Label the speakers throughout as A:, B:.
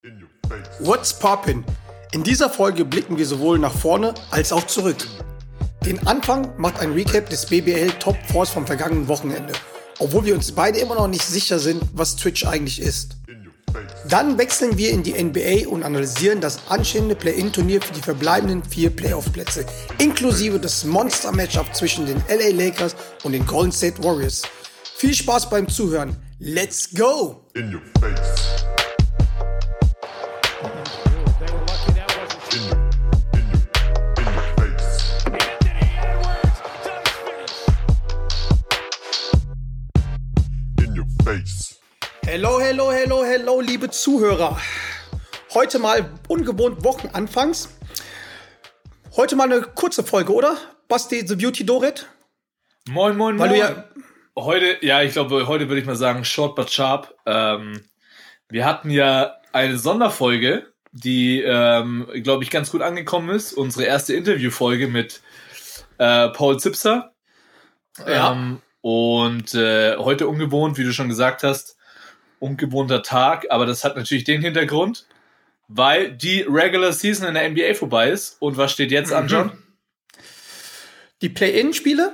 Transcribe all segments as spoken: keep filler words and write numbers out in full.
A: What's poppin'? In dieser Folge blicken wir sowohl nach vorne als auch zurück. Den Anfang macht ein Recap des B B L Top Fours vom vergangenen Wochenende, obwohl wir uns beide immer noch nicht sicher sind, was Twitch eigentlich ist. Dann wechseln wir in die N B A und analysieren das anstehende Play-In-Turnier für die verbleibenden vier Playoff-Plätze, inklusive des Monster-Matchup zwischen den L A Lakers und den Golden State Warriors. Viel Spaß beim Zuhören. Let's go!
B: In your face.
A: Hello, hello, hello, hello, liebe Zuhörer. Heute mal ungewohnt Wochenanfangs. Heute mal eine kurze Folge, oder? Basti the Beauty Dorit?
C: Moin, moin,
A: Weil
C: moin.
A: du ja
C: Heute, ja, ich glaube, heute würde ich mal sagen, short but sharp. Ähm, wir hatten ja eine Sonderfolge, die, ähm, glaube ich, ganz gut angekommen ist. Unsere erste Interviewfolge mit äh, Paul Zipser.
A: Ja.
C: Ähm, und äh, heute ungewohnt, wie du schon gesagt hast, ungewohnter Tag. Aber das hat natürlich den Hintergrund, weil die Regular Season in der N B A vorbei ist. Und was steht jetzt an, John?
A: die Play-In-Spiele.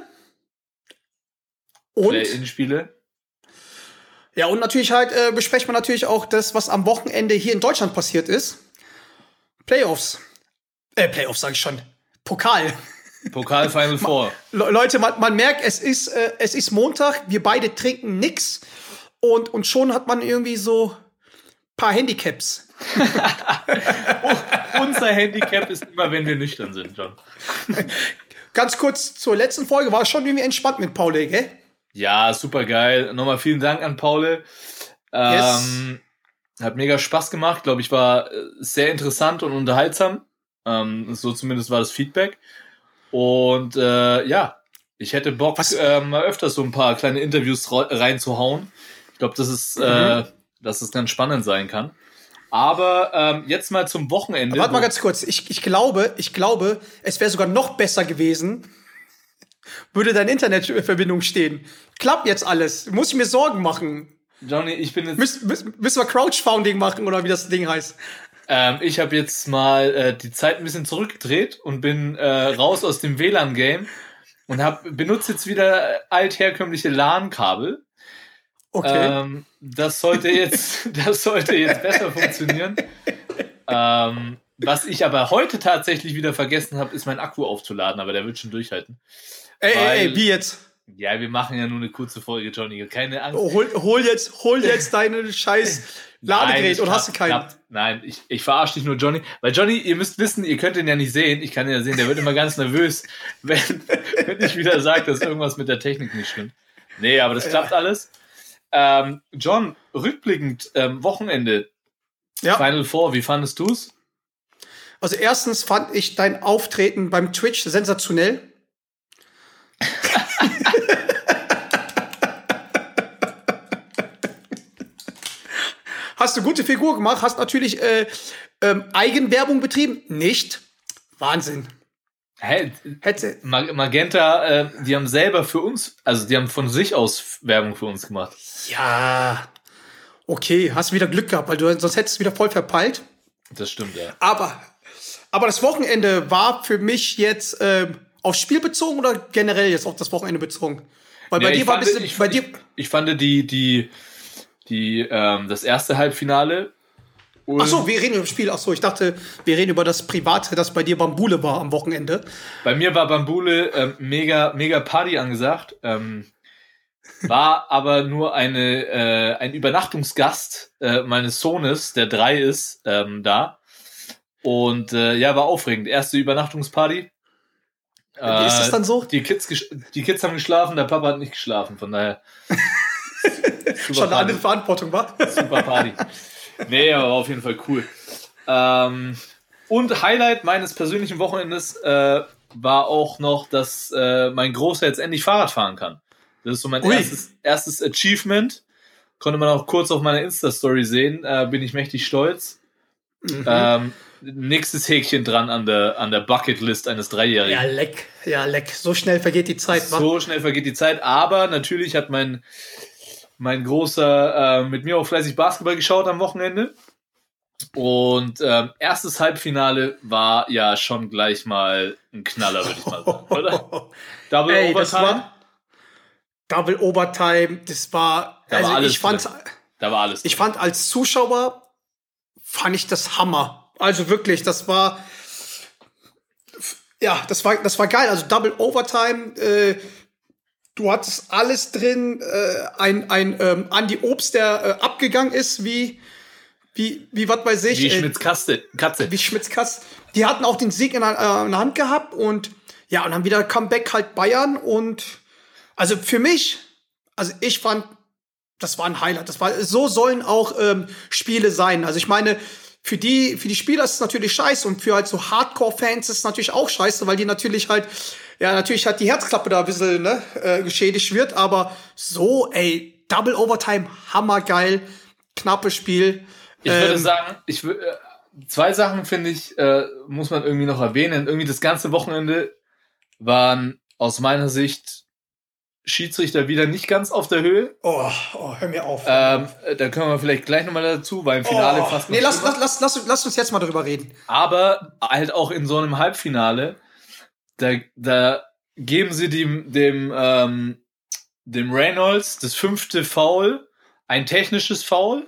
A: Und,
C: Play-In-Spiele.
A: ja, und natürlich halt äh, besprechen wir natürlich auch das, was am Wochenende hier in Deutschland passiert ist. Playoffs. Äh, Playoffs sage ich schon. Pokal.
C: Pokal Final Four.
A: Le- Leute, man, man merkt, es ist, äh, es ist Montag, wir beide trinken nix und, und schon hat man irgendwie so paar Handicaps.
C: Oh, unser Handicap ist immer, wenn wir nüchtern sind, John.
A: Ganz kurz zur letzten Folge, war schon irgendwie entspannt mit Paul, gell?
C: Ja, super geil. Nochmal vielen Dank an Paul. Ähm, Hat mega Spaß gemacht. Glaube ich, war sehr interessant und unterhaltsam. Ähm, so zumindest war das Feedback. Und äh, ja, ich hätte Bock, äh, mal öfters so ein paar kleine Interviews ra- reinzuhauen. Ich glaube, das ist, mhm. äh, dass es ganz spannend sein kann. Aber ähm, jetzt mal zum Wochenende.
A: Warte mal ganz kurz. Ich, ich glaube, ich glaube, es wäre sogar noch besser gewesen, würde deine Internetverbindung stehen. Klappt jetzt alles. Muss ich mir Sorgen machen.
C: Johnny, ich bin jetzt...
A: Müssen, müssen, müssen wir Crowdfunding machen oder wie das Ding heißt?
C: Ähm, ich habe jetzt mal äh, die Zeit ein bisschen zurückgedreht und bin äh, raus aus dem W L A N-Game und hab, benutze jetzt wieder altherkömmliche LAN-Kabel.
A: Okay.
C: Ähm, das sollte jetzt, das sollte jetzt besser funktionieren. Ähm, was ich aber heute tatsächlich wieder vergessen habe, ist mein Akku aufzuladen, aber der wird schon durchhalten.
A: Ey,
C: Weil,
A: ey, ey, wie jetzt?
C: Ja, wir machen ja nur eine kurze Folge, Johnny. Keine Angst.
A: Oh, hol, hol jetzt, hol jetzt deine scheiß Ladegerät und hast du keinen?
C: Klappt. Nein, ich, ich verarsche dich nur, Johnny. Weil Johnny, ihr müsst wissen, ihr könnt ihn ja nicht sehen. Ich kann ihn ja sehen, der wird immer ganz nervös, wenn, wenn ich wieder sage, dass irgendwas mit der Technik nicht stimmt. Nee, aber das klappt alles. Ähm, John, rückblickend, ähm, Wochenende,
A: Ja.
C: Final Four, wie fandest du's?
A: Also erstens fand ich dein Auftreten beim Twitch sensationell. Hast du gute Figur gemacht, hast natürlich äh, ähm, Eigenwerbung betrieben. Nicht. Wahnsinn.
C: Hä?
A: Hätte.
C: Ma- Magenta, äh, die haben selber für uns, also die haben von sich aus Werbung für uns gemacht.
A: Ja. Okay, hast wieder Glück gehabt, weil du sonst hättest du wieder voll verpeilt.
C: Das stimmt, ja.
A: Aber, aber das Wochenende war für mich jetzt ähm, aufs Spiel bezogen oder generell jetzt auf das Wochenende bezogen? Weil bei
C: Ja,
A: dir
C: ich
A: war ein
C: fand,
A: bisschen.
C: ich,
A: bei
C: ich,
A: dir,
C: ich fand die, die, die, ähm, das erste Halbfinale.
A: Ach so, wir reden über das Spiel. Ach so, ich dachte, wir reden über das Private, das bei dir Bambule war am Wochenende.
C: Bei mir war Bambule ähm, mega, mega Party angesagt. Ähm, war aber nur eine, äh, ein Übernachtungsgast äh, meines Sohnes, der drei ist, ähm, da. Und äh, ja, war aufregend. Erste Übernachtungsparty.
A: Wie ist das dann so?
C: Die Kids, gesch- die Kids haben geschlafen, der Papa hat nicht geschlafen, von daher.
A: Schon eine andere Verantwortung, war?
C: Super Party. Nee, aber war auf jeden Fall cool. Ähm, und Highlight meines persönlichen Wochenendes äh, war auch noch, dass äh, mein Großer jetzt endlich Fahrrad fahren kann. Das ist so mein erstes, erstes Achievement. Konnte man auch kurz auf meiner Insta-Story sehen. Äh, bin ich mächtig stolz. Mhm. Ähm, nächstes Häkchen dran an der, an der Bucketlist eines Dreijährigen.
A: Ja, leck. Ja, leck. So schnell vergeht die Zeit, wa?
C: So schnell vergeht die Zeit. Aber natürlich hat mein, mein Großer äh, mit mir auch fleißig Basketball geschaut am Wochenende. Und ähm, erstes Halbfinale war ja schon gleich mal ein Knaller, würde ich mal sagen, oder?
A: Double Ey, Overtime. Das war Double Overtime, das war,
C: da
A: also
C: war alles
A: ich fand,
C: da war alles
A: ich
C: drin.
A: fand als Zuschauer, fand ich das Hammer. Also wirklich, das war, ja, das war, das war geil. Also Double Overtime, äh, du hattest alles drin, äh, ein, ein ähm, Andi Obst, der äh, abgegangen ist, wie, wie, wie, was weiß ich.
C: Wie Schmitz Katze. Katze.
A: Wie Schmitz Katze. Die hatten auch den Sieg in der, äh, in der Hand gehabt und, ja, und dann wieder Comeback halt Bayern und, also für mich, also ich fand, das war ein Highlight. Das war, so sollen auch ähm, Spiele sein. Also ich meine, für die, für die Spieler ist es natürlich scheiße und für halt so Hardcore-Fans ist es natürlich auch scheiße, weil die natürlich halt, ja, natürlich halt die Herzklappe da ein bisschen, ne, äh, geschädigt wird. Aber so, ey, Double Overtime, hammergeil, knappes Spiel.
C: Ich ähm, würde sagen, ich äh, zwei Sachen finde ich, äh, muss man irgendwie noch erwähnen. Irgendwie das ganze Wochenende waren aus meiner Sicht Schiedsrichter wieder nicht ganz auf der Höhe.
A: Oh, oh hör mir auf.
C: Ähm, da können wir vielleicht gleich nochmal dazu, weil im Finale
A: oh,
C: fast.
A: Nee, lass, lass, lass, lass, lass uns jetzt mal drüber reden.
C: Aber halt auch in so einem Halbfinale, da, da geben sie dem, dem, ähm, dem Reynolds das fünfte Foul, ein technisches Foul.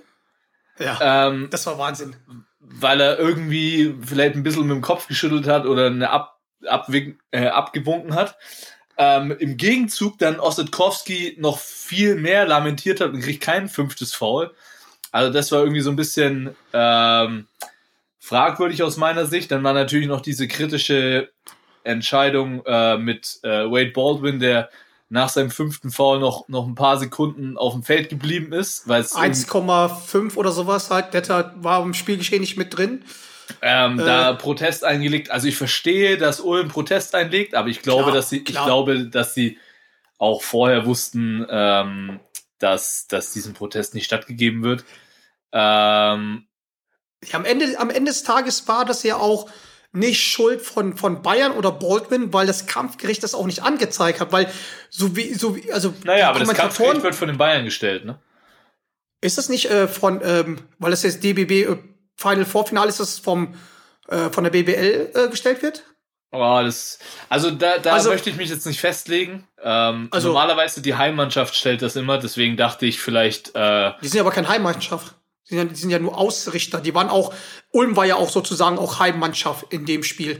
A: Ja, ähm, das war Wahnsinn.
C: Weil er irgendwie vielleicht ein bisschen mit dem Kopf geschüttelt hat oder eine Ab, Abwink, äh, abgewunken hat. Ähm, Im Gegenzug dann Ossetkowski noch viel mehr lamentiert hat und kriegt kein fünftes Foul. Also das war irgendwie so ein bisschen ähm, fragwürdig aus meiner Sicht. Dann war natürlich noch diese kritische Entscheidung äh, mit äh, Wade Baldwin, der nach seinem fünften Foul noch, noch ein paar Sekunden auf dem Feld geblieben ist.
A: eins Komma fünf oder sowas halt, der war im Spielgeschehen nicht mit drin.
C: Ähm, äh, da Protest eingelegt. Also ich verstehe, dass Ulm Protest einlegt, aber ich glaube, klar, dass sie, klar. ich glaube, dass sie auch vorher wussten, ähm, dass, dass diesem Protest nicht stattgegeben wird. Ähm,
A: ja, am Ende, am Ende des Tages war das ja auch nicht Schuld von, von Bayern oder Baldwin, weil das Kampfgericht das auch nicht angezeigt hat, weil so wie, so wie, also.
C: Naja, aber das Kampfgericht wird von den Bayern gestellt, ne?
A: Ist das nicht äh, von, ähm, weil das jetzt D B B äh, Final Four Finale ist, das vom, äh, von der B B L äh, gestellt wird?
C: Oh, das, also da, da also, möchte ich mich jetzt nicht festlegen. Ähm, also, normalerweise die Heimmannschaft stellt das immer, deswegen dachte ich vielleicht. Äh,
A: die sind aber keine Heimmannschaft. Die sind, ja, die sind ja nur Ausrichter. Die waren auch, Ulm war ja auch sozusagen auch Heimmannschaft in dem Spiel.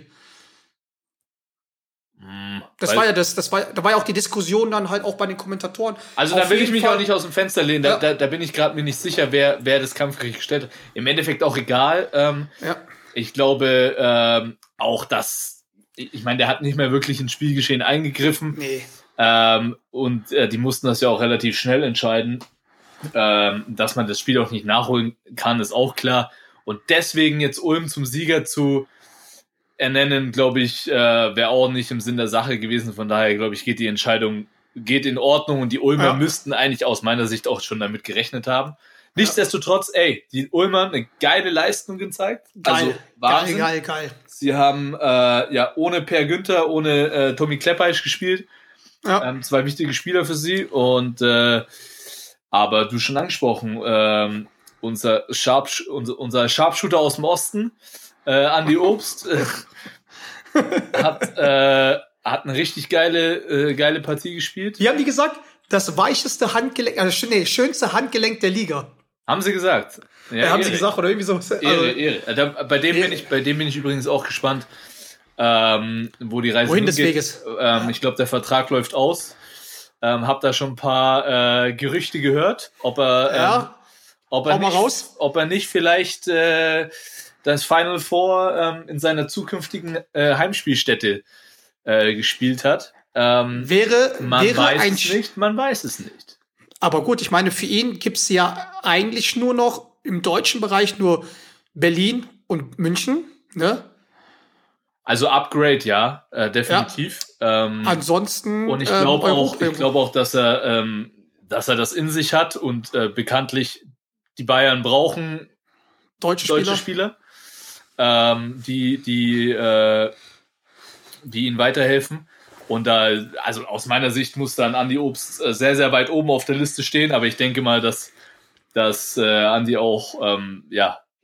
C: Mh,
A: das war ja das, das war, da war ja auch die Diskussion dann halt auch bei den Kommentatoren.
C: Also da will ich mich Fall. auch nicht aus dem Fenster lehnen. Da, ja. da, da bin ich gerade mir nicht sicher, wer, wer das Kampfgericht gestellt hat. Im Endeffekt auch egal. Ähm,
A: ja.
C: Ich glaube ähm, auch, dass, ich meine, der hat nicht mehr wirklich ins Spielgeschehen eingegriffen.
A: Nee.
C: Ähm, und äh, die mussten das ja auch relativ schnell entscheiden. Ähm, dass man das Spiel auch nicht nachholen kann, ist auch klar. Und deswegen jetzt Ulm zum Sieger zu ernennen, glaube ich, äh, wäre auch nicht im Sinn der Sache gewesen. Von daher, glaube ich, geht die Entscheidung geht in Ordnung und die Ulmer ja. müssten eigentlich aus meiner Sicht auch schon damit gerechnet haben. Nichtsdestotrotz, ey, die Ulmer eine geile Leistung gezeigt.
A: Geil,
C: also Wahnsinn.
A: geil, geil, geil.
C: Sie haben äh, ja ohne Per Günther, ohne äh, Tommy Kleppeich gespielt.
A: Ja.
C: Ähm, zwei wichtige Spieler für sie und äh, aber du schon angesprochen, ähm, unser, Sharp, unser, unser Sharpshooter aus dem Osten, äh, Andi Obst, äh, hat, äh, hat eine richtig geile, äh, geile Partie gespielt.
A: Wie haben die gesagt? Das weicheste Handgelenk, also nee, schönste Handgelenk der Liga.
C: Haben sie gesagt.
A: Ja, ja, haben sie gesagt oder irgendwie so. Also,
C: Ehre, Ehre. Da, bei, dem Ehre. Bin ich, bei dem bin ich übrigens auch gespannt, ähm, wo die Reise
A: Wohin des Weges?
C: Ähm, ja. Ich glaube, der Vertrag läuft aus. Ähm, hab da schon ein paar äh, Gerüchte gehört, ob er,
A: ja.
C: ähm, ob, er nicht,
A: raus.
C: ob er nicht vielleicht äh, das Final Four ähm, in seiner zukünftigen äh, Heimspielstätte äh, gespielt hat. Ähm,
A: wäre
C: man
A: wäre
C: weiß
A: ein
C: es nicht, man weiß es nicht.
A: Aber gut, ich meine, für ihn gibt's ja eigentlich nur noch im deutschen Bereich nur Berlin und München, ne?
C: Also Upgrade, ja, äh, definitiv.
A: Ja.
C: Ähm,
A: Ansonsten
C: und ich glaube ähm, auch, ich glaube auch, dass er, ähm, dass er das in sich hat und äh, bekanntlich die Bayern brauchen
A: deutsche,
C: deutsche
A: Spieler,
C: Spieler ähm, die die äh, die ihnen weiterhelfen. Und da, also aus meiner Sicht muss dann Andi Obst äh, sehr sehr weit oben auf der Liste stehen. Aber ich denke mal, dass dass äh, Andi auch ähm, ja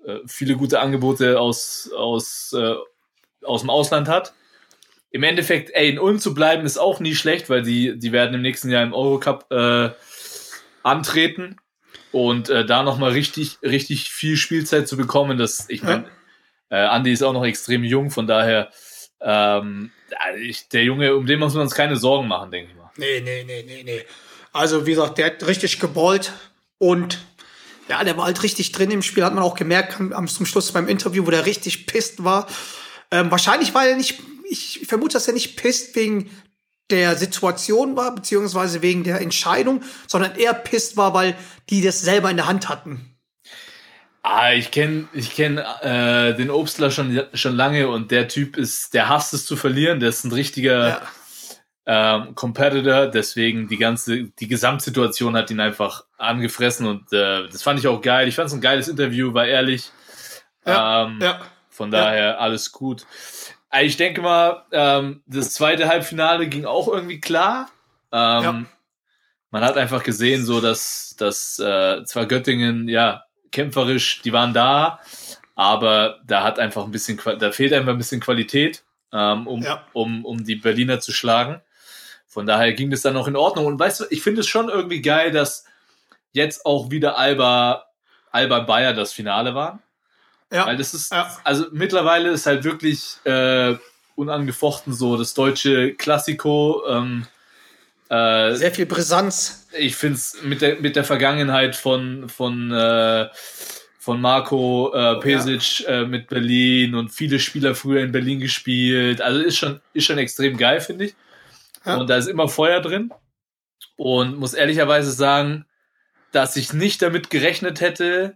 C: äh, viele gute Angebote aus, aus, äh, aus dem Ausland hat. Im Endeffekt, ey, in Ulm zu bleiben ist auch nie schlecht, weil die, die werden im nächsten Jahr im Eurocup äh, antreten und äh, da nochmal richtig, richtig viel Spielzeit zu bekommen. Das, ich meine, äh, Andi ist auch noch extrem jung, von daher ähm, ich, der Junge, um den muss man uns keine Sorgen machen, denke ich mal.
A: Nee, nee, nee, nee, nee. Also, wie gesagt, der hat richtig geballt und ja, der war halt richtig drin im Spiel, hat man auch gemerkt am, zum Schluss beim Interview, wo der richtig pisst war. Ähm, wahrscheinlich war er nicht, ich vermute, dass er nicht pisst wegen der Situation war, beziehungsweise wegen der Entscheidung, sondern eher pisst war, weil die das selber in der Hand hatten.
C: Ah, ich kenne ich kenn, äh, den Obstler schon, schon lange und der Typ ist, der hasst es zu verlieren, der ist ein richtiger ja. ähm, Competitor, deswegen die ganze, die Gesamtsituation hat ihn einfach angefressen und äh, das fand ich auch geil. Ich fand es ein geiles Interview, war ehrlich.
A: Ja,
C: ähm,
A: ja.
C: Von daher ja. alles gut. Ich denke mal, ähm, das zweite Halbfinale ging auch irgendwie klar. Ähm, ja. Man hat einfach gesehen, so dass, dass äh, zwar Göttingen, ja, kämpferisch, die waren da, aber da hat einfach ein bisschen, da fehlt einfach ein bisschen Qualität, ähm, um, ja. um, um die Berliner zu schlagen. Von daher ging das dann noch in Ordnung. Und weißt du, ich finde es schon irgendwie geil, dass jetzt auch wieder Alba, Alba Bayer das Finale war. Ja. Weil das ist, ja. also mittlerweile ist halt wirklich äh, unangefochten so das deutsche Klassiko. Ähm, äh,
A: Sehr viel Brisanz.
C: Ich finde es mit der, mit der Vergangenheit von, von, äh, von Marco äh, Pesic ja. äh, mit Berlin und viele Spieler früher in Berlin gespielt. Also ist schon, ist schon extrem geil, finde ich. Ja. Und da ist immer Feuer drin. Und muss ehrlicherweise sagen, dass ich nicht damit gerechnet hätte,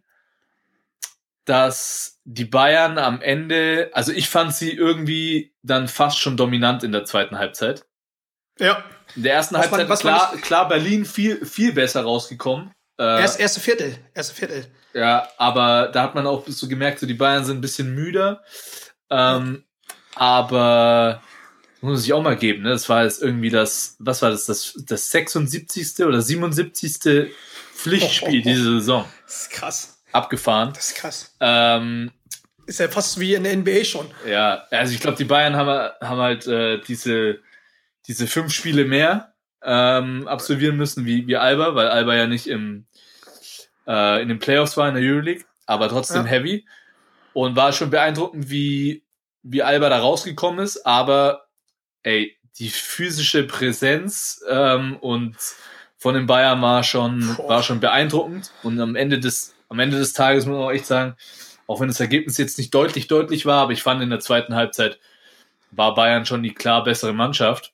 C: dass die Bayern am Ende, also ich fand sie irgendwie dann fast schon dominant in der zweiten Halbzeit.
A: Ja.
C: In der ersten was Halbzeit man, klar, klar Berlin viel, viel besser rausgekommen.
A: Äh, Erst, erste Viertel, erste Viertel.
C: Ja, aber da hat man auch so gemerkt, so die Bayern sind ein bisschen müder. Ähm, aber muss man sich auch mal geben, ne? Das war jetzt irgendwie das, was war das, das, das sechsundsiebzigste oder siebenundsiebzigste Pflichtspiel oh, oh, oh. diese Saison.
A: Das ist krass.
C: Abgefahren.
A: Das ist krass.
C: Ähm,
A: ist ja fast wie in der N B A schon.
C: Ja, also ich glaube, die Bayern haben, haben halt äh, diese, diese fünf Spiele mehr ähm, absolvieren müssen wie, wie Alba, weil Alba ja nicht im, äh, in den Playoffs war in der Euroleague, aber trotzdem ja. heavy. Und war schon beeindruckend, wie, wie Alba da rausgekommen ist, aber ey, die physische Präsenz ähm, und von den Bayern war schon, war schon beeindruckend. Und am Ende des Am Ende des Tages muss man auch echt sagen, auch wenn das Ergebnis jetzt nicht deutlich, deutlich war, aber ich fand in der zweiten Halbzeit war Bayern schon die klar bessere Mannschaft.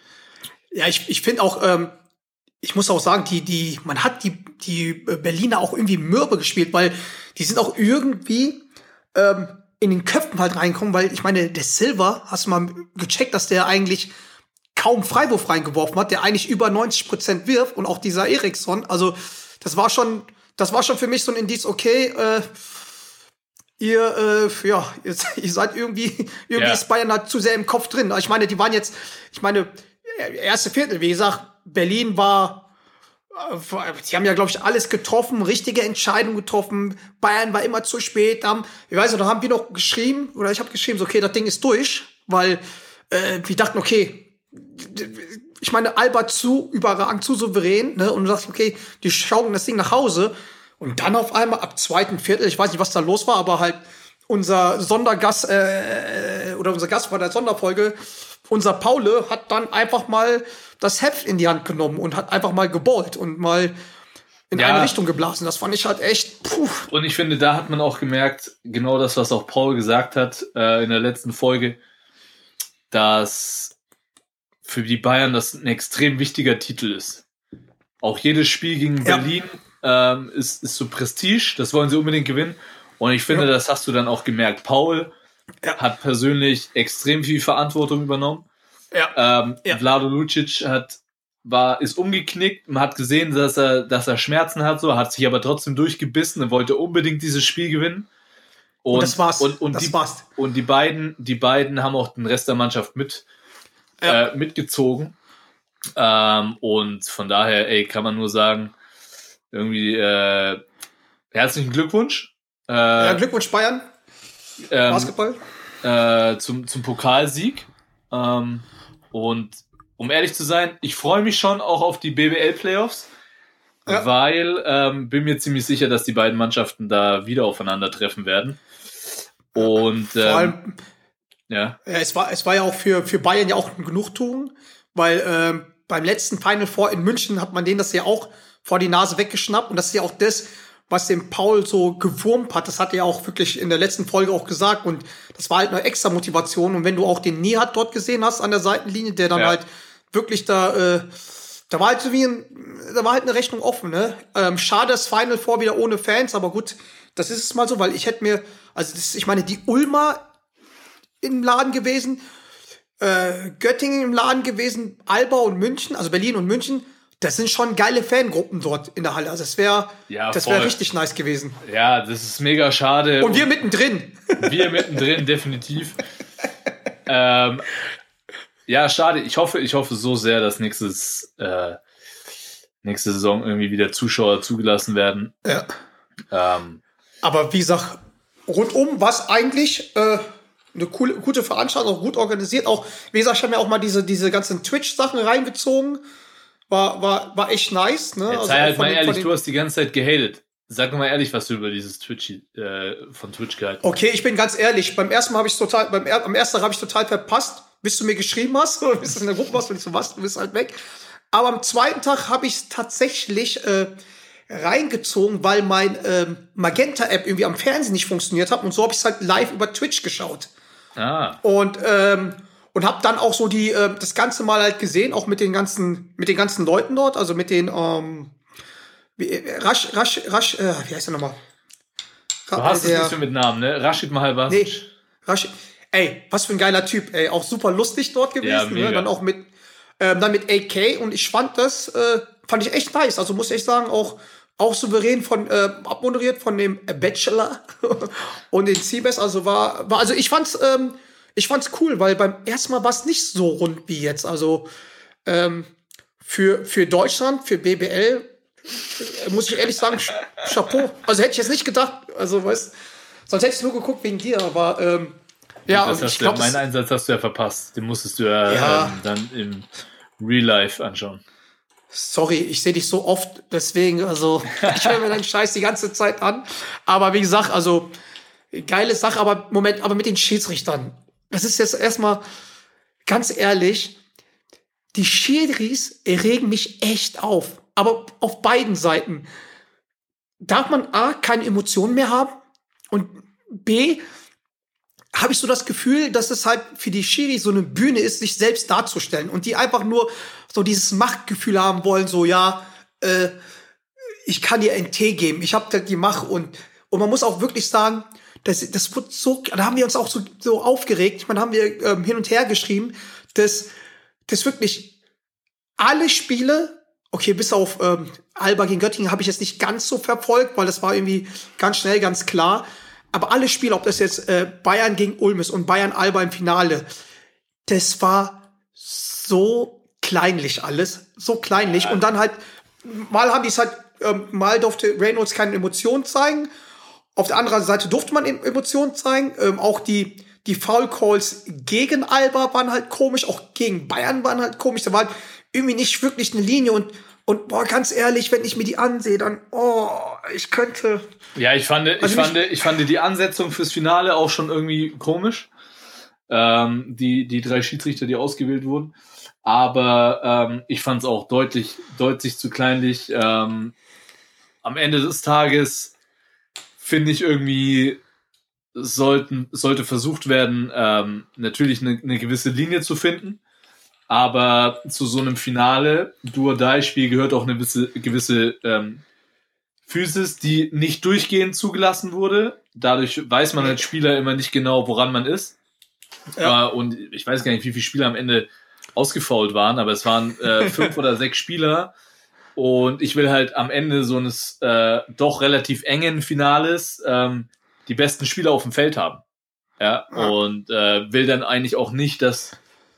A: Ja, ich, ich finde auch, ähm, ich muss auch sagen, die, die, man hat die, die Berliner auch irgendwie mürbe gespielt, weil die sind auch irgendwie ähm, in den Köpfen halt reinkommen, weil ich meine, der Silva, hast du mal gecheckt, dass der eigentlich kaum Freiwurf reingeworfen hat, der eigentlich über neunzig Prozent wirft und auch dieser Eriksson, also das war schon Das war schon für mich so ein Indiz, okay, äh, ihr, äh, ja, ihr, ihr seid irgendwie, irgendwie ja. ist Bayern halt zu sehr im Kopf drin. Ich meine, die waren jetzt, ich meine, erste Viertel, wie gesagt, Berlin war, äh, die haben ja, glaube ich, alles getroffen, richtige Entscheidungen getroffen. Bayern war immer zu spät. Haben, ich weiß nicht, da haben wir noch geschrieben, oder ich habe geschrieben, so, okay, das Ding ist durch, weil äh, wir dachten, okay, ich meine, Alba zu überragend, zu souverän, ne? Und du sagst, okay, die schauen das Ding nach Hause. Und dann auf einmal ab zweiten Viertel, ich weiß nicht, was da los war, aber halt unser Sondergast, äh, oder unser Gast bei der Sonderfolge, unser Paule, hat dann einfach mal das Heft in die Hand genommen und hat einfach mal geballt und mal in ja. eine Richtung geblasen. Das fand ich halt echt, puh.
C: Und ich finde, da hat man auch gemerkt, genau das, was auch Paul gesagt hat, äh, in der letzten Folge, dass für die Bayern das ein extrem wichtiger Titel ist. Auch jedes Spiel gegen ja. Berlin ähm, ist, ist so Prestige, das wollen sie unbedingt gewinnen. Und ich finde, ja. das hast du dann auch gemerkt. Paul ja. hat persönlich extrem viel Verantwortung übernommen. Ja. Ähm, ja. Vlado Lucic hat, war, ist umgeknickt, man hat gesehen, dass er, dass er Schmerzen hat, so, hat sich aber trotzdem durchgebissen und wollte unbedingt dieses Spiel gewinnen. Und, und das war's. Und, und,
A: das
C: die,
A: war's.
C: und die beiden, die beiden haben auch den Rest der Mannschaft mit Ja. Äh, mitgezogen. Ähm, und von daher, ey, kann man nur sagen, irgendwie äh, herzlichen Glückwunsch.
A: Äh, ja, Glückwunsch Bayern.
C: Ähm,
A: Basketball.
C: Äh, zum, zum Pokalsieg. Ähm, und um ehrlich zu sein, ich freue mich schon auch auf die B B L-Playoffs, ja. weil ähm, bin mir ziemlich sicher, dass die beiden Mannschaften da wieder aufeinandertreffen werden. Und
A: Vor
C: ähm,
A: allem,
C: ja.
A: ja, es war, es war ja auch für, für Bayern ja auch eine Genugtuung, weil ähm, beim letzten Final Four in München hat man denen das ja auch vor die Nase weggeschnappt. Und das ist ja auch das, was den Paul so gewurmt hat. Das hat er ja auch wirklich in der letzten Folge auch gesagt. Und das war halt eine extra Motivation. Und wenn du auch den Nihat dort gesehen hast an der Seitenlinie, der dann ja. halt wirklich da, äh, da war halt so wie ein, da war halt eine Rechnung offen, ne? Ähm, schade, das Final Four wieder ohne Fans, aber gut, das ist es mal so, weil ich hätte mir, also das, ich meine, die Ulmer im Laden gewesen, äh, Göttingen im Laden gewesen, Alba und München, also Berlin und München, das sind schon geile Fangruppen dort in der Halle. Also das wäre
C: ja,
A: das wäre richtig nice gewesen.
C: Ja, das ist mega schade.
A: Und wir mittendrin.
C: Wir mittendrin, definitiv. ähm, ja, schade. Ich hoffe, ich hoffe so sehr, dass nächstes, äh, nächste Saison irgendwie wieder Zuschauer zugelassen werden.
A: Ja.
C: Ähm,
A: Aber wie gesagt, rundum war es eigentlich äh, eine coole, gute Veranstaltung, auch gut organisiert. Auch, wie gesagt, ich habe mir auch mal diese, diese ganzen Twitch-Sachen reingezogen. War, war, war echt nice, ne?
C: Jetzt
A: also
C: sei halt mal
A: den,
C: ehrlich,
A: den,
C: du hast die ganze Zeit gehatet. Sag mal ehrlich, was du über dieses Twitch äh, von Twitch gehalten hast.
A: Okay, ich bin ganz ehrlich. Beim ersten Mal habe ich total, beim er, am ersten Tag habe ich total verpasst, bis du mir geschrieben hast, oder bis du in der Gruppe warst, wenn ich so was, du bist halt weg. Aber am zweiten Tag habe ich es tatsächlich äh, reingezogen, weil mein ähm, Magenta-App irgendwie am Fernsehen nicht funktioniert hat. Und so habe ich es halt live über Twitch geschaut.
C: Ah.
A: Und ähm, und habe dann auch so die äh, das ganze Mal halt gesehen, auch mit den ganzen mit den ganzen Leuten dort, also mit den ähm, wie, Rasch Rasch Rasch äh, wie heißt der nochmal?
C: Du hast es nicht so mit Namen, ne? Rashid Mahalbasic.
A: Nee, Rashid. Ey, was für ein geiler Typ, ey, auch super lustig dort gewesen, ja, ne? Dann auch mit ähm, dann mit A K und ich fand das äh, fand ich echt nice, also muss ich echt sagen, auch auch souverän von äh, abmoderiert von dem Bachelor und den Seabass, also war war also ich fand's ähm, Ich fand's cool, weil beim ersten Mal war es nicht so rund wie jetzt. Also ähm, für, für Deutschland, für B B L, äh, muss ich ehrlich sagen, Chapeau. Also hätte ich jetzt nicht gedacht, also weißt, sonst hätte ich nur geguckt wegen dir, aber ähm, ja,
C: und ich glaube, meinen Einsatz hast du ja verpasst. Den musstest du ja,
A: ja.
C: Ähm, dann im Real Life anschauen.
A: Sorry, ich sehe dich so oft, deswegen, also ich höre mir deinen Scheiß die ganze Zeit an. Aber wie gesagt, also geile Sache, aber Moment, aber mit den Schiedsrichtern. Das ist jetzt erstmal ganz ehrlich, die Schiris erregen mich echt auf. Aber auf beiden Seiten. Darf man A, keine Emotionen mehr haben? Und B, habe ich so das Gefühl, dass es halt für die Schiris so eine Bühne ist, sich selbst darzustellen. Und die einfach nur so dieses Machtgefühl haben wollen, so ja, äh, ich kann dir einen Tee geben, ich habe die Macht. Und, und man muss auch wirklich sagen, Das, das wird so, da haben wir uns auch so, so aufgeregt. Ich meine, haben wir ähm, hin und her geschrieben, dass, dass wirklich alle Spiele, okay, bis auf ähm, Alba gegen Göttingen habe ich jetzt nicht ganz so verfolgt, weil das war irgendwie ganz schnell, ganz klar. Aber alle Spiele, ob das jetzt äh, Bayern gegen Ulm ist und Bayern Alba im Finale, das war so kleinlich alles, so kleinlich. Ja. Und dann halt, mal haben die es halt, ähm, mal durfte Reynolds keine Emotionen zeigen. Auf der anderen Seite durfte man Emotionen zeigen. Ähm, auch die, die Foul Calls gegen Alba waren halt komisch. Auch gegen Bayern waren halt komisch. Da war halt irgendwie nicht wirklich eine Linie. Und, und boah, ganz ehrlich, wenn ich mir die ansehe, dann, oh, ich könnte.
C: Ja, ich fand, also ich fand, ich fand die Ansetzung fürs Finale auch schon irgendwie komisch. Ähm, die, die drei Schiedsrichter, die ausgewählt wurden. Aber ähm, ich fand es auch deutlich, deutlich zu kleinlich. Ähm, am Ende des Tages finde ich irgendwie, sollten, sollte versucht werden, ähm, natürlich eine, eine gewisse Linie zu finden, aber zu so einem Finale, Do-or-Die-Spiel gehört auch eine gewisse, gewisse ähm, Physis, die nicht durchgehend zugelassen wurde. Dadurch weiß man als Spieler immer nicht genau, woran man ist. Ja. Äh, und ich weiß gar nicht, wie viele Spieler am Ende ausgefoult waren, aber es waren äh, fünf oder sechs Spieler. Und ich will halt am Ende so eines äh, doch relativ engen Finales ähm, die besten Spieler auf dem Feld haben. Ja, ja. Und äh, will dann eigentlich auch nicht, dass,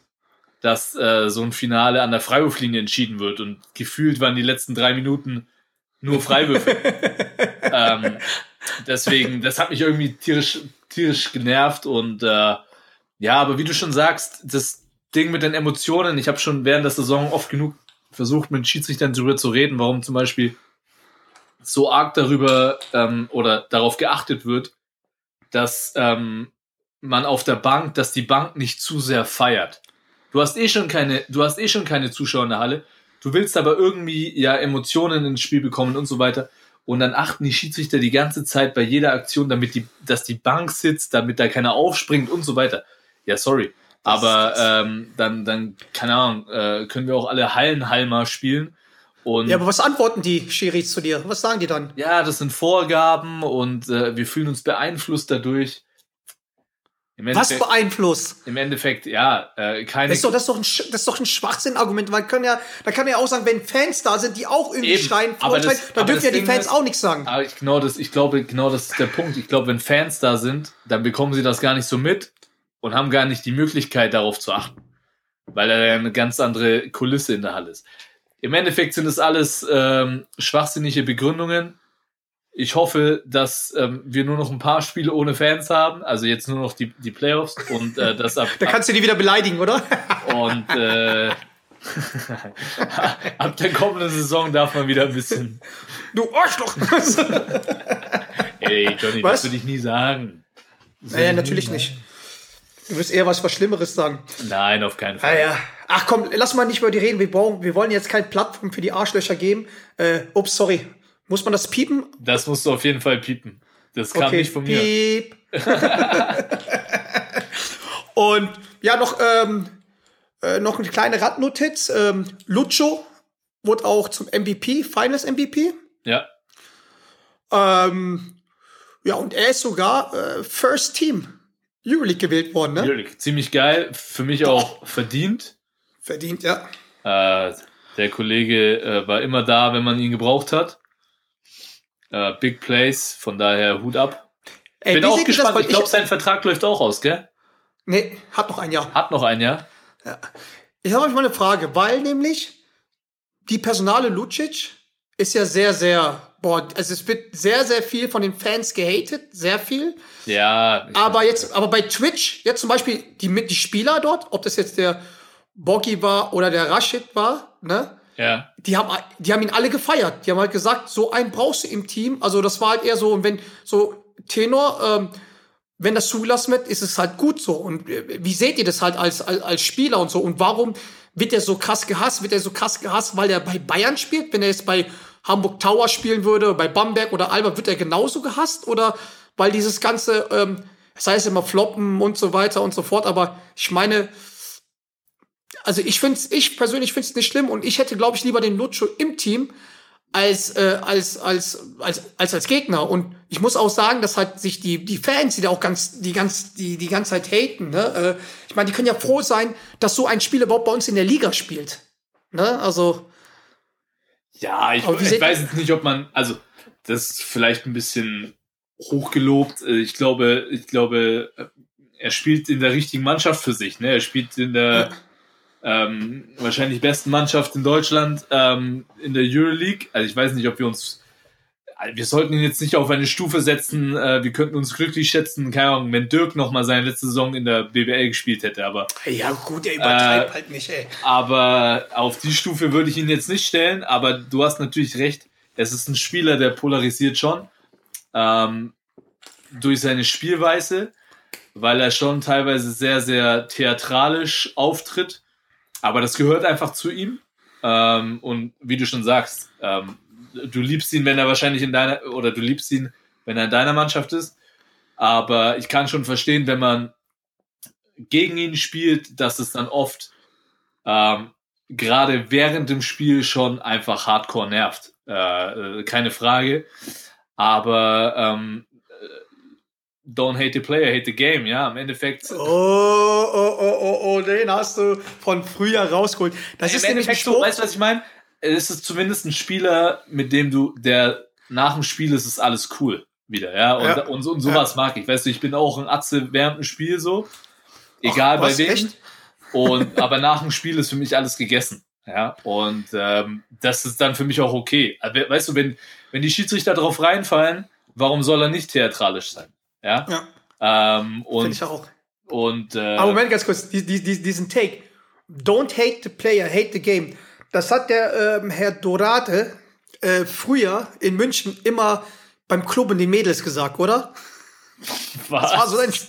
C: dass äh, so ein Finale an der Freiwurflinie entschieden wird. Und gefühlt waren die letzten drei Minuten nur Freiwürfe. ähm, deswegen, das hat mich irgendwie tierisch, tierisch genervt und äh, ja, aber wie du schon sagst, das Ding mit den Emotionen, ich habe schon während der Saison oft genug versucht, mit den Schiedsrichtern darüber zu reden, warum zum Beispiel so arg darüber ähm, oder darauf geachtet wird, dass ähm, man auf der Bank, dass die Bank nicht zu sehr feiert. Du hast eh schon keine, du hast eh schon keine Zuschauer in der Halle. Du willst aber irgendwie ja Emotionen ins Spiel bekommen und so weiter. Und dann achten die Schiedsrichter die ganze Zeit bei jeder Aktion, damit die, dass die Bank sitzt, damit da keiner aufspringt und so weiter. Ja, sorry. Aber ähm, dann, dann, keine Ahnung, äh, können wir auch alle Hallenhalmer spielen. Und
A: ja, aber was antworten die Schiris zu dir? Was sagen die dann?
C: Ja, das sind Vorgaben und äh, wir fühlen uns beeinflusst dadurch.
A: Was beeinflusst?
C: Im Endeffekt, ja, äh, keine.
A: Das ist doch, das ist doch ein, das ist doch ein Schwachsinn-Argument. Man kann ja, da kann man ja auch sagen, wenn Fans da sind, die auch irgendwie Eben, schreien, vorschreien, dann dürfen ja die Ding Fans ist, auch nichts sagen.
C: Aber ich, genau das, ich glaube, genau das ist der Punkt. Ich glaube, wenn Fans da sind, dann bekommen sie das gar nicht so mit und haben gar nicht die Möglichkeit, darauf zu achten. Weil da ja eine ganz andere Kulisse in der Halle ist. Im Endeffekt sind es alles ähm, schwachsinnige Begründungen. Ich hoffe, dass ähm, wir nur noch ein paar Spiele ohne Fans haben, also jetzt nur noch die, die Playoffs und äh, das ab.
A: Da kannst du die wieder beleidigen, oder?
C: Und äh, ab der kommenden Saison darf man wieder ein bisschen.
A: Du Arschloch!
C: Ey, Johnny, was? Das würde ich nie sagen.
A: Naja, natürlich nicht. Du wirst eher was, was Schlimmeres sagen.
C: Nein, auf keinen Fall.
A: Ah, ja. Ach komm, lass mal nicht über die reden. Wir, brauchen, wir wollen jetzt keine Plattform für die Arschlöcher geben. Äh, ups, sorry. Muss man das piepen?
C: Das musst du auf jeden Fall piepen. Das kam okay, nicht von mir. Piep.
A: Und ja, noch, ähm, äh, noch eine kleine Randnotiz. Ähm, Lucho wurde auch zum M V P, Finals M V P.
C: Ja.
A: Ähm, ja, und er ist sogar äh, First Team Euroleague gewählt worden, ne?
C: Euroleague. Ziemlich geil. Für mich auch oh. verdient.
A: Verdient, ja.
C: Äh, der Kollege äh, war immer da, wenn man ihn gebraucht hat. Uh, Big Plays, von daher Hut ab.
A: Ey,
C: bin auch gespannt. Ich glaube, sein Vertrag läuft auch aus, gell?
A: Nee, hat noch ein Jahr.
C: Hat noch ein Jahr?
A: Ja. Ich habe euch mal eine Frage, weil nämlich die Personale Lucic ist ja sehr, sehr, boah, also es wird sehr, sehr viel von den Fans gehatet, sehr viel.
C: Ja.
A: Aber jetzt, aber bei Twitch, jetzt zum Beispiel die, die Spieler dort, ob das jetzt der Boggy war oder der Rashid war, ne?
C: Ja.
A: Die haben, die haben ihn alle gefeiert. Die haben halt gesagt, so einen brauchst du im Team. Also das war halt eher so, und wenn so Tenor, ähm, wenn das zugelassen wird, ist es halt gut so. Und wie seht ihr das halt als, als, als Spieler und so? Und warum wird er so krass gehasst? Wird er so krass gehasst, weil er bei Bayern spielt? Wenn er jetzt bei Hamburg Tower spielen würde, bei Bamberg oder Alba, wird er genauso gehasst? Oder weil dieses ganze, ähm, das heißt immer floppen und so weiter und so fort. Aber ich meine, also ich find's, ich persönlich finde es nicht schlimm und ich hätte, glaube ich, lieber den Lucho im Team als, äh, als, als, als, als als Gegner. Und ich muss auch sagen, dass halt sich die, die Fans, die da auch ganz, die ganz, die, die ganze Zeit haten, ne, äh, ich meine, die können ja froh sein, dass so ein Spieler überhaupt bei uns in der Liga spielt. Ne, also.
C: Ja, ich, ich weiß jetzt nicht, ob man, also, das ist vielleicht ein bisschen hochgelobt. Ich glaube, ich glaube, er spielt in der richtigen Mannschaft für sich, ne, er spielt in der, ja. Ähm, wahrscheinlich besten Mannschaft in Deutschland ähm, in der Euroleague. Also ich weiß nicht, ob wir uns, wir sollten ihn jetzt nicht auf eine Stufe setzen, äh, wir könnten uns glücklich schätzen, keine Ahnung, wenn Dirk noch mal seine letzte Saison in der B B L gespielt hätte, aber
A: ja gut, er übertreibt
C: äh,
A: halt nicht, ey.
C: Aber auf die Stufe würde ich ihn jetzt nicht stellen, aber du hast natürlich recht, es ist ein Spieler, der polarisiert schon ähm, durch seine Spielweise, weil er schon teilweise sehr, sehr theatralisch auftritt. Aber das gehört einfach zu ihm. Ähm, und wie du schon sagst, ähm, du liebst ihn, wenn er wahrscheinlich in deiner, oder du liebst ihn, wenn er in deiner Mannschaft ist. Aber ich kann schon verstehen, wenn man gegen ihn spielt, dass es dann oft ähm, gerade während dem Spiel schon einfach hardcore nervt. Äh, äh, keine Frage. Aber ähm, don't hate the player, hate the game, ja, im Endeffekt.
A: Oh, oh, oh, oh, oh, den hast du von früher rausgeholt. Das
C: Im
A: ist
C: nämlich ein Spruch. Weißt du, was ich meine? Es ist zumindest ein Spieler, mit dem du, der nach dem Spiel ist, ist alles cool wieder, ja, und, ja. und, und sowas ja. mag ich. Weißt du, ich bin auch ein Atze während dem Spiel so, egal Ach, was, bei wem. Echt? Und, aber nach dem Spiel ist für mich alles gegessen, ja, und ähm, das ist dann für mich auch okay. Weißt du, wenn, wenn die Schiedsrichter drauf reinfallen warum soll er nicht theatralisch sein? Ja.
A: ja.
C: Ähm, und,
A: Finde ich auch.
C: Und, äh,
A: Aber Moment, ganz kurz, die, die, die, diesen Take. Don't hate the player, hate the game. Das hat der ähm, Herr Dorate äh, früher in München immer beim Club und den Mädels gesagt, oder?
C: Was?
A: Das war so ein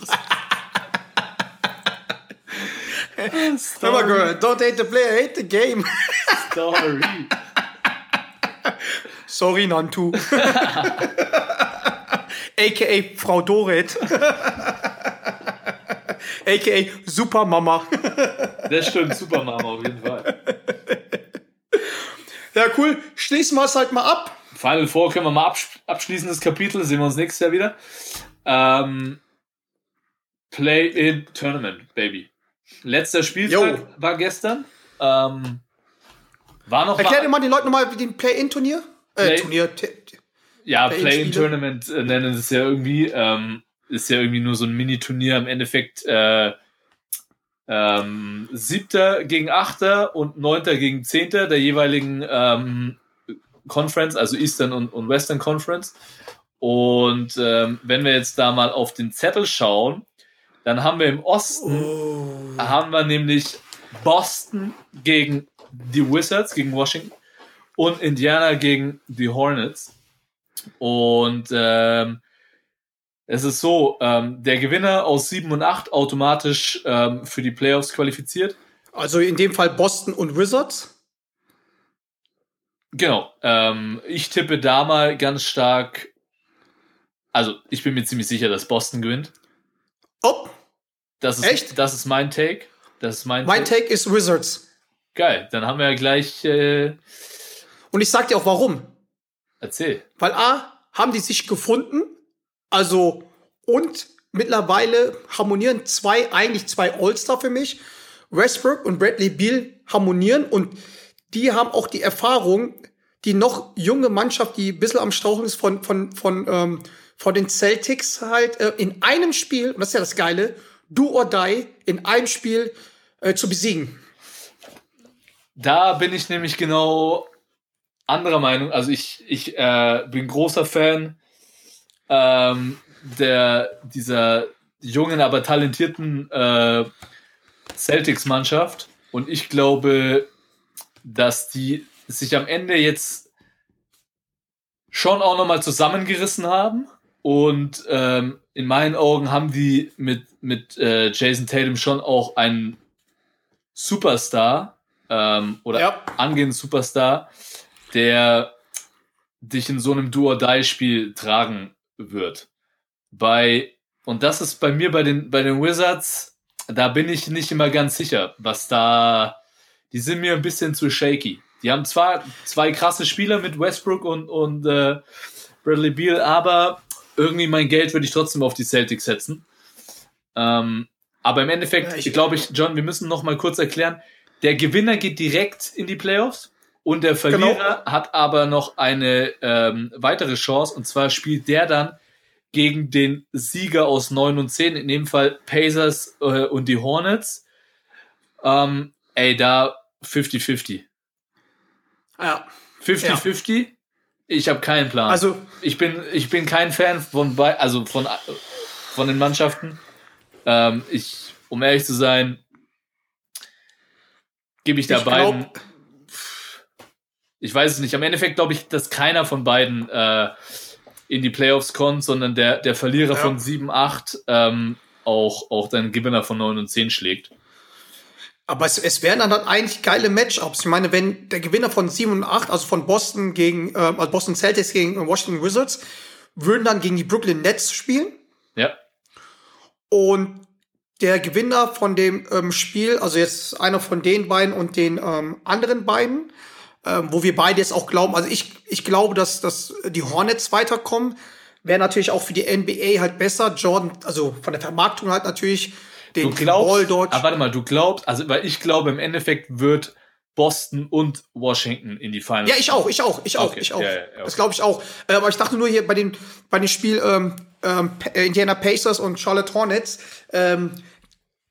A: Hör mal, girl, don't hate the player, hate the game.
C: Story.
A: Sorry, Nantu. A K A Frau Dorit. A K A Supermama.
C: Das stimmt, Supermama auf jeden Fall.
A: Ja, cool. Schließen wir es halt mal ab.
C: Final Four können wir mal absch- abschließen, das Kapitel. Sehen wir uns nächstes Jahr wieder. Ähm, Play-in-Tournament, Baby. Letzter Spieltag
A: Yo.
C: war gestern. Ähm, war noch
A: Erklär
C: mal,
A: dir mal den Leuten nochmal den Play-in-Turnier. Äh,
C: Play-
A: Turnier. T-
C: Ja,
A: Play-in-Spiele.
C: Play-in-Tournament äh, nennen es ja irgendwie. Ähm, ist ja irgendwie nur so ein Mini-Turnier. Im Endeffekt äh, ähm, Siebter gegen Achter und Neunter gegen Zehnter der jeweiligen ähm, Conference, also Eastern und, und Western Conference. Und ähm, wenn wir jetzt da mal auf den Zettel schauen, dann haben wir im Osten,
A: Oh.
C: haben wir nämlich Boston gegen die Wizards, gegen Washington und Indiana gegen die Hornets. Und ähm, es ist so, ähm, der Gewinner aus sieben und acht automatisch ähm, für die Playoffs qualifiziert.
A: Also in dem Fall Boston und Wizards.
C: Genau. Ähm, ich tippe da mal ganz stark, also ich bin mir ziemlich sicher, dass Boston gewinnt.
A: Oh,
C: Das ist,
A: Echt?
C: Das ist mein Take. Das ist mein,
A: mein
C: Take.
A: Take ist Wizards.
C: Geil, dann haben wir ja gleich, äh,
A: Und ich sag dir auch warum.
C: erzähl.
A: Weil A, haben die sich gefunden, also und mittlerweile harmonieren zwei, eigentlich zwei All-Star für mich. Westbrook und Bradley Beal harmonieren und die haben auch die Erfahrung, die noch junge Mannschaft, die ein bisschen am Straucheln ist von, von, von, ähm, von den Celtics halt, äh, in einem Spiel, und das ist ja das Geile, do or die, in einem Spiel äh, zu besiegen.
C: Da bin ich nämlich genau anderer Meinung. Also ich, ich äh, bin großer Fan ähm, der, dieser jungen, aber talentierten äh, Celtics-Mannschaft. Und ich glaube, dass die sich am Ende jetzt schon auch nochmal zusammengerissen haben. Und ähm, in meinen Augen haben die mit, mit äh, Jason Tatum schon auch einen Superstar ähm, oder
A: Ja.
C: angehenden Superstar, der dich in so einem Do-or-Die-Spiel tragen wird. Bei, und das ist bei mir bei den, bei den Wizards, da bin ich nicht immer ganz sicher, was da, die sind mir ein bisschen zu shaky. Die haben zwar zwei krasse Spieler mit Westbrook und, und äh, Bradley Beal, aber irgendwie mein Geld würde ich trotzdem auf die Celtics setzen. Ähm, aber im Endeffekt,
A: Ja, ich-
C: ich glaube ich, John, wir müssen noch mal kurz erklären, der Gewinner geht direkt in die Playoffs und der Verlierer
A: Genau.
C: hat aber noch eine ähm, weitere Chance, und zwar spielt der dann gegen den Sieger aus neun und zehn, in dem Fall Pacers äh, und die Hornets. Ähm, ey, da fünfzig fünfzig.
A: Ja.
C: fünfzig fünfzig? Ich habe keinen Plan.
A: Also,
C: ich bin, ich bin kein Fan von, bei, also von, von den Mannschaften. Ähm, ich, um ehrlich zu sein, gebe ich da
A: Ich
C: beiden.
A: glaub-
C: Ich weiß es nicht. Am Endeffekt glaube ich, dass keiner von beiden äh, in die Playoffs kommt, sondern der, der Verlierer
A: Ja.
C: von sieben acht ähm, auch, auch den Gewinner von neun und zehn schlägt.
A: aber es, es wären dann halt eigentlich geile Matchups. Ich meine, wenn der Gewinner von sieben und acht, also von Boston gegen, ähm, also Boston Celtics gegen Washington Wizards, würden dann gegen die Brooklyn Nets spielen.
C: Ja.
A: Und der Gewinner von dem ähm, Spiel, also jetzt einer von den beiden und den ähm, anderen beiden, ähm, wo wir beide jetzt auch glauben, also ich, ich glaube, dass, dass die Hornets weiterkommen, wäre natürlich auch für die N B A halt besser. Jordan, also von der Vermarktung halt natürlich, den,
C: Du
A: den Ball
C: glaubst,
A: dort.
C: aber warte mal, du glaubst, also weil ich glaube, im Endeffekt wird Boston und Washington in die Finals.
A: Ja, ich auch, ich auch, ich auch,
C: Okay,
A: ich auch.
C: ja, ja, ja, okay.
A: Das glaube ich auch. Äh, aber ich dachte nur hier bei dem, bei dem Spiel ähm, ähm, P- äh, Indiana Pacers und Charlotte Hornets, ähm,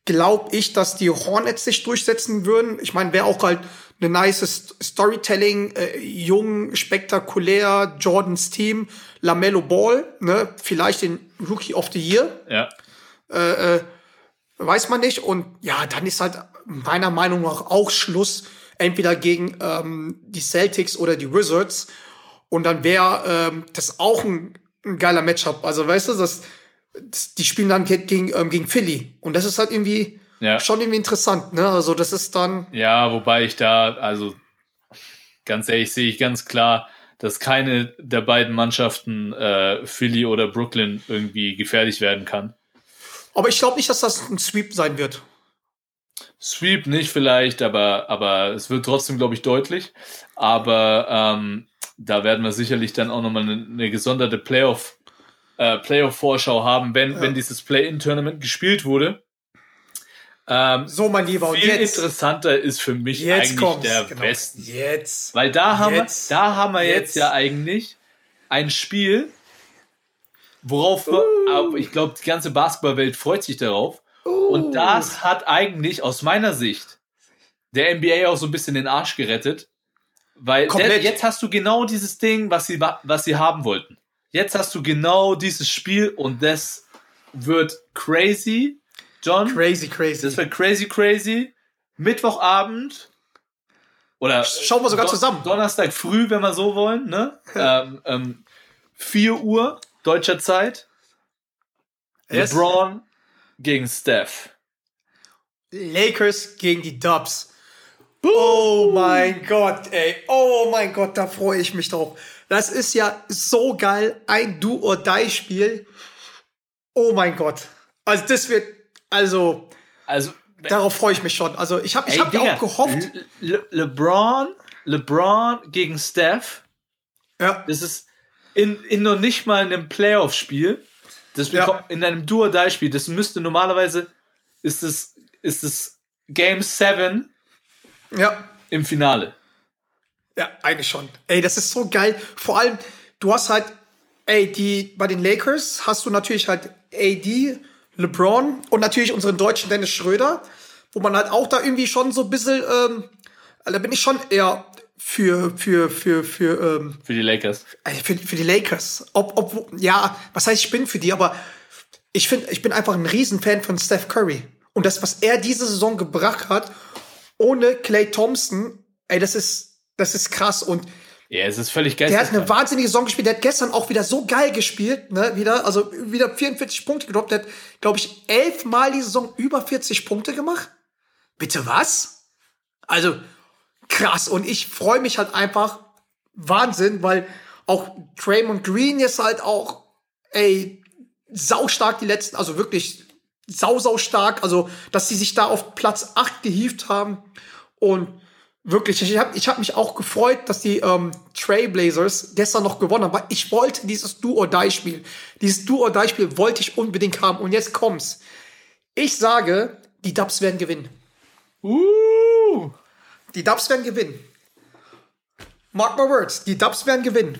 A: glaube ich, dass die Hornets sich durchsetzen würden. Ich meine, wäre auch halt eine nice Storytelling, äh, jung, spektakulär, Jordans Team, LaMelo Ball, ne, vielleicht den Rookie of the Year.
C: Ja.
A: Äh, äh, weiß man nicht. Und ja, dann ist halt meiner Meinung nach auch Schluss, entweder gegen ähm, die Celtics oder die Wizards. Und dann wäre ähm, das auch ein, ein geiler Matchup. Also, weißt du, das, das, die spielen dann gegen, ähm, gegen Philly. Und das ist halt irgendwie ja. schon irgendwie interessant, ne? Also, das ist dann.
C: Ja, wobei ich da, also ganz ehrlich, sehe ich ganz klar, dass keine der beiden Mannschaften, äh, Philly oder Brooklyn, irgendwie gefährlich werden kann.
A: Aber ich glaube nicht, dass das ein Sweep sein wird.
C: Sweep nicht vielleicht, aber, aber es wird trotzdem, glaube ich, deutlich. Aber ähm, da werden wir sicherlich dann auch nochmal eine, eine gesonderte Playoff, äh, Playoff-Vorschau haben, wenn, ja. wenn dieses Play-In-Tournament gespielt wurde. Ähm,
A: so, mein Lieber,
C: viel
A: und jetzt,
C: interessanter ist für mich
A: jetzt
C: eigentlich
A: kommt's,
C: der
A: genau.
C: Westen.
A: Jetzt.
C: Weil da haben,
A: jetzt,
C: wir, da haben wir jetzt.
A: jetzt
C: ja eigentlich ein Spiel, worauf uh. wir, ich glaube, die ganze Basketballwelt freut sich darauf.
A: Uh.
C: Und das hat eigentlich aus meiner Sicht der N B A auch so ein bisschen den Arsch gerettet. Weil der, jetzt hast du genau dieses Ding, was sie, was sie haben wollten. Jetzt hast du genau dieses Spiel und das wird crazy, John.
A: Crazy, crazy.
C: Das wird crazy, crazy. Mittwochabend oder
A: schauen wir sogar
C: Don-
A: zusammen.
C: Donnerstag früh, wenn wir so wollen, ne? ähm, ähm, vier Uhr deutscher Zeit. Yes. LeBron gegen Steph.
A: Lakers gegen die Dubs. Oh mein Gott, ey. Oh mein Gott, da freue ich mich drauf. Das ist ja so geil. Ein Do-or-Die-Spiel. Oh mein Gott. Also das wird, also,
C: also
A: darauf freue ich mich schon. Also ich habe ich hab ja auch gehofft.
C: Le- Le- LeBron, LeBron gegen Steph.
A: Ja.
C: Das ist in, in noch nicht mal einem Playoff-Spiel. Das
A: ja.
C: in einem Do-or-Die-Spiel. Das müsste normalerweise, ist es, ist es Game sieben.
A: Ja.
C: Im Finale.
A: Ja, eigentlich schon. Ey, das ist so geil. Vor allem, du hast halt, ey, die, bei den Lakers hast du natürlich halt A D, LeBron und natürlich unseren deutschen Dennis Schröder, wo man halt auch da irgendwie schon so ein bisschen, ähm, da bin ich schon eher für, für, für, für, ähm,
C: für die Lakers.
A: Für, für die Lakers. Ob, ob, ja, was heißt, ich bin für die, aber ich finde, ich bin einfach ein Riesenfan von Steph Curry. Und das, was er diese Saison gebracht hat, ohne Klay Thompson, ey, das ist, das ist krass. Und
C: ja, es ist völlig
A: geil. Der hat eine wahnsinnige Saison gespielt. Der hat gestern auch wieder so geil gespielt, ne, wieder, also wieder vierundvierzig Punkte gedroppt. Der hat, glaube ich, elfmal die Saison über vierzig Punkte gemacht. Bitte was? Also, krass. Und ich freue mich halt einfach Wahnsinn, weil auch Draymond Green jetzt halt auch, ey, saustark die letzten, also wirklich sau, sau stark, also, dass sie sich da auf Platz acht gehievt haben und wirklich, ich habe ich hab mich auch gefreut, dass die ähm, Trailblazers gestern noch gewonnen haben, weil ich wollte dieses Do-or-Die-Spiel, dieses Do-or-Die-Spiel wollte ich unbedingt haben und jetzt kommt's. Ich sage, die Dubs werden gewinnen.
C: Uh.
A: Die Dubs werden gewinnen. Mark my words, die Dubs werden gewinnen.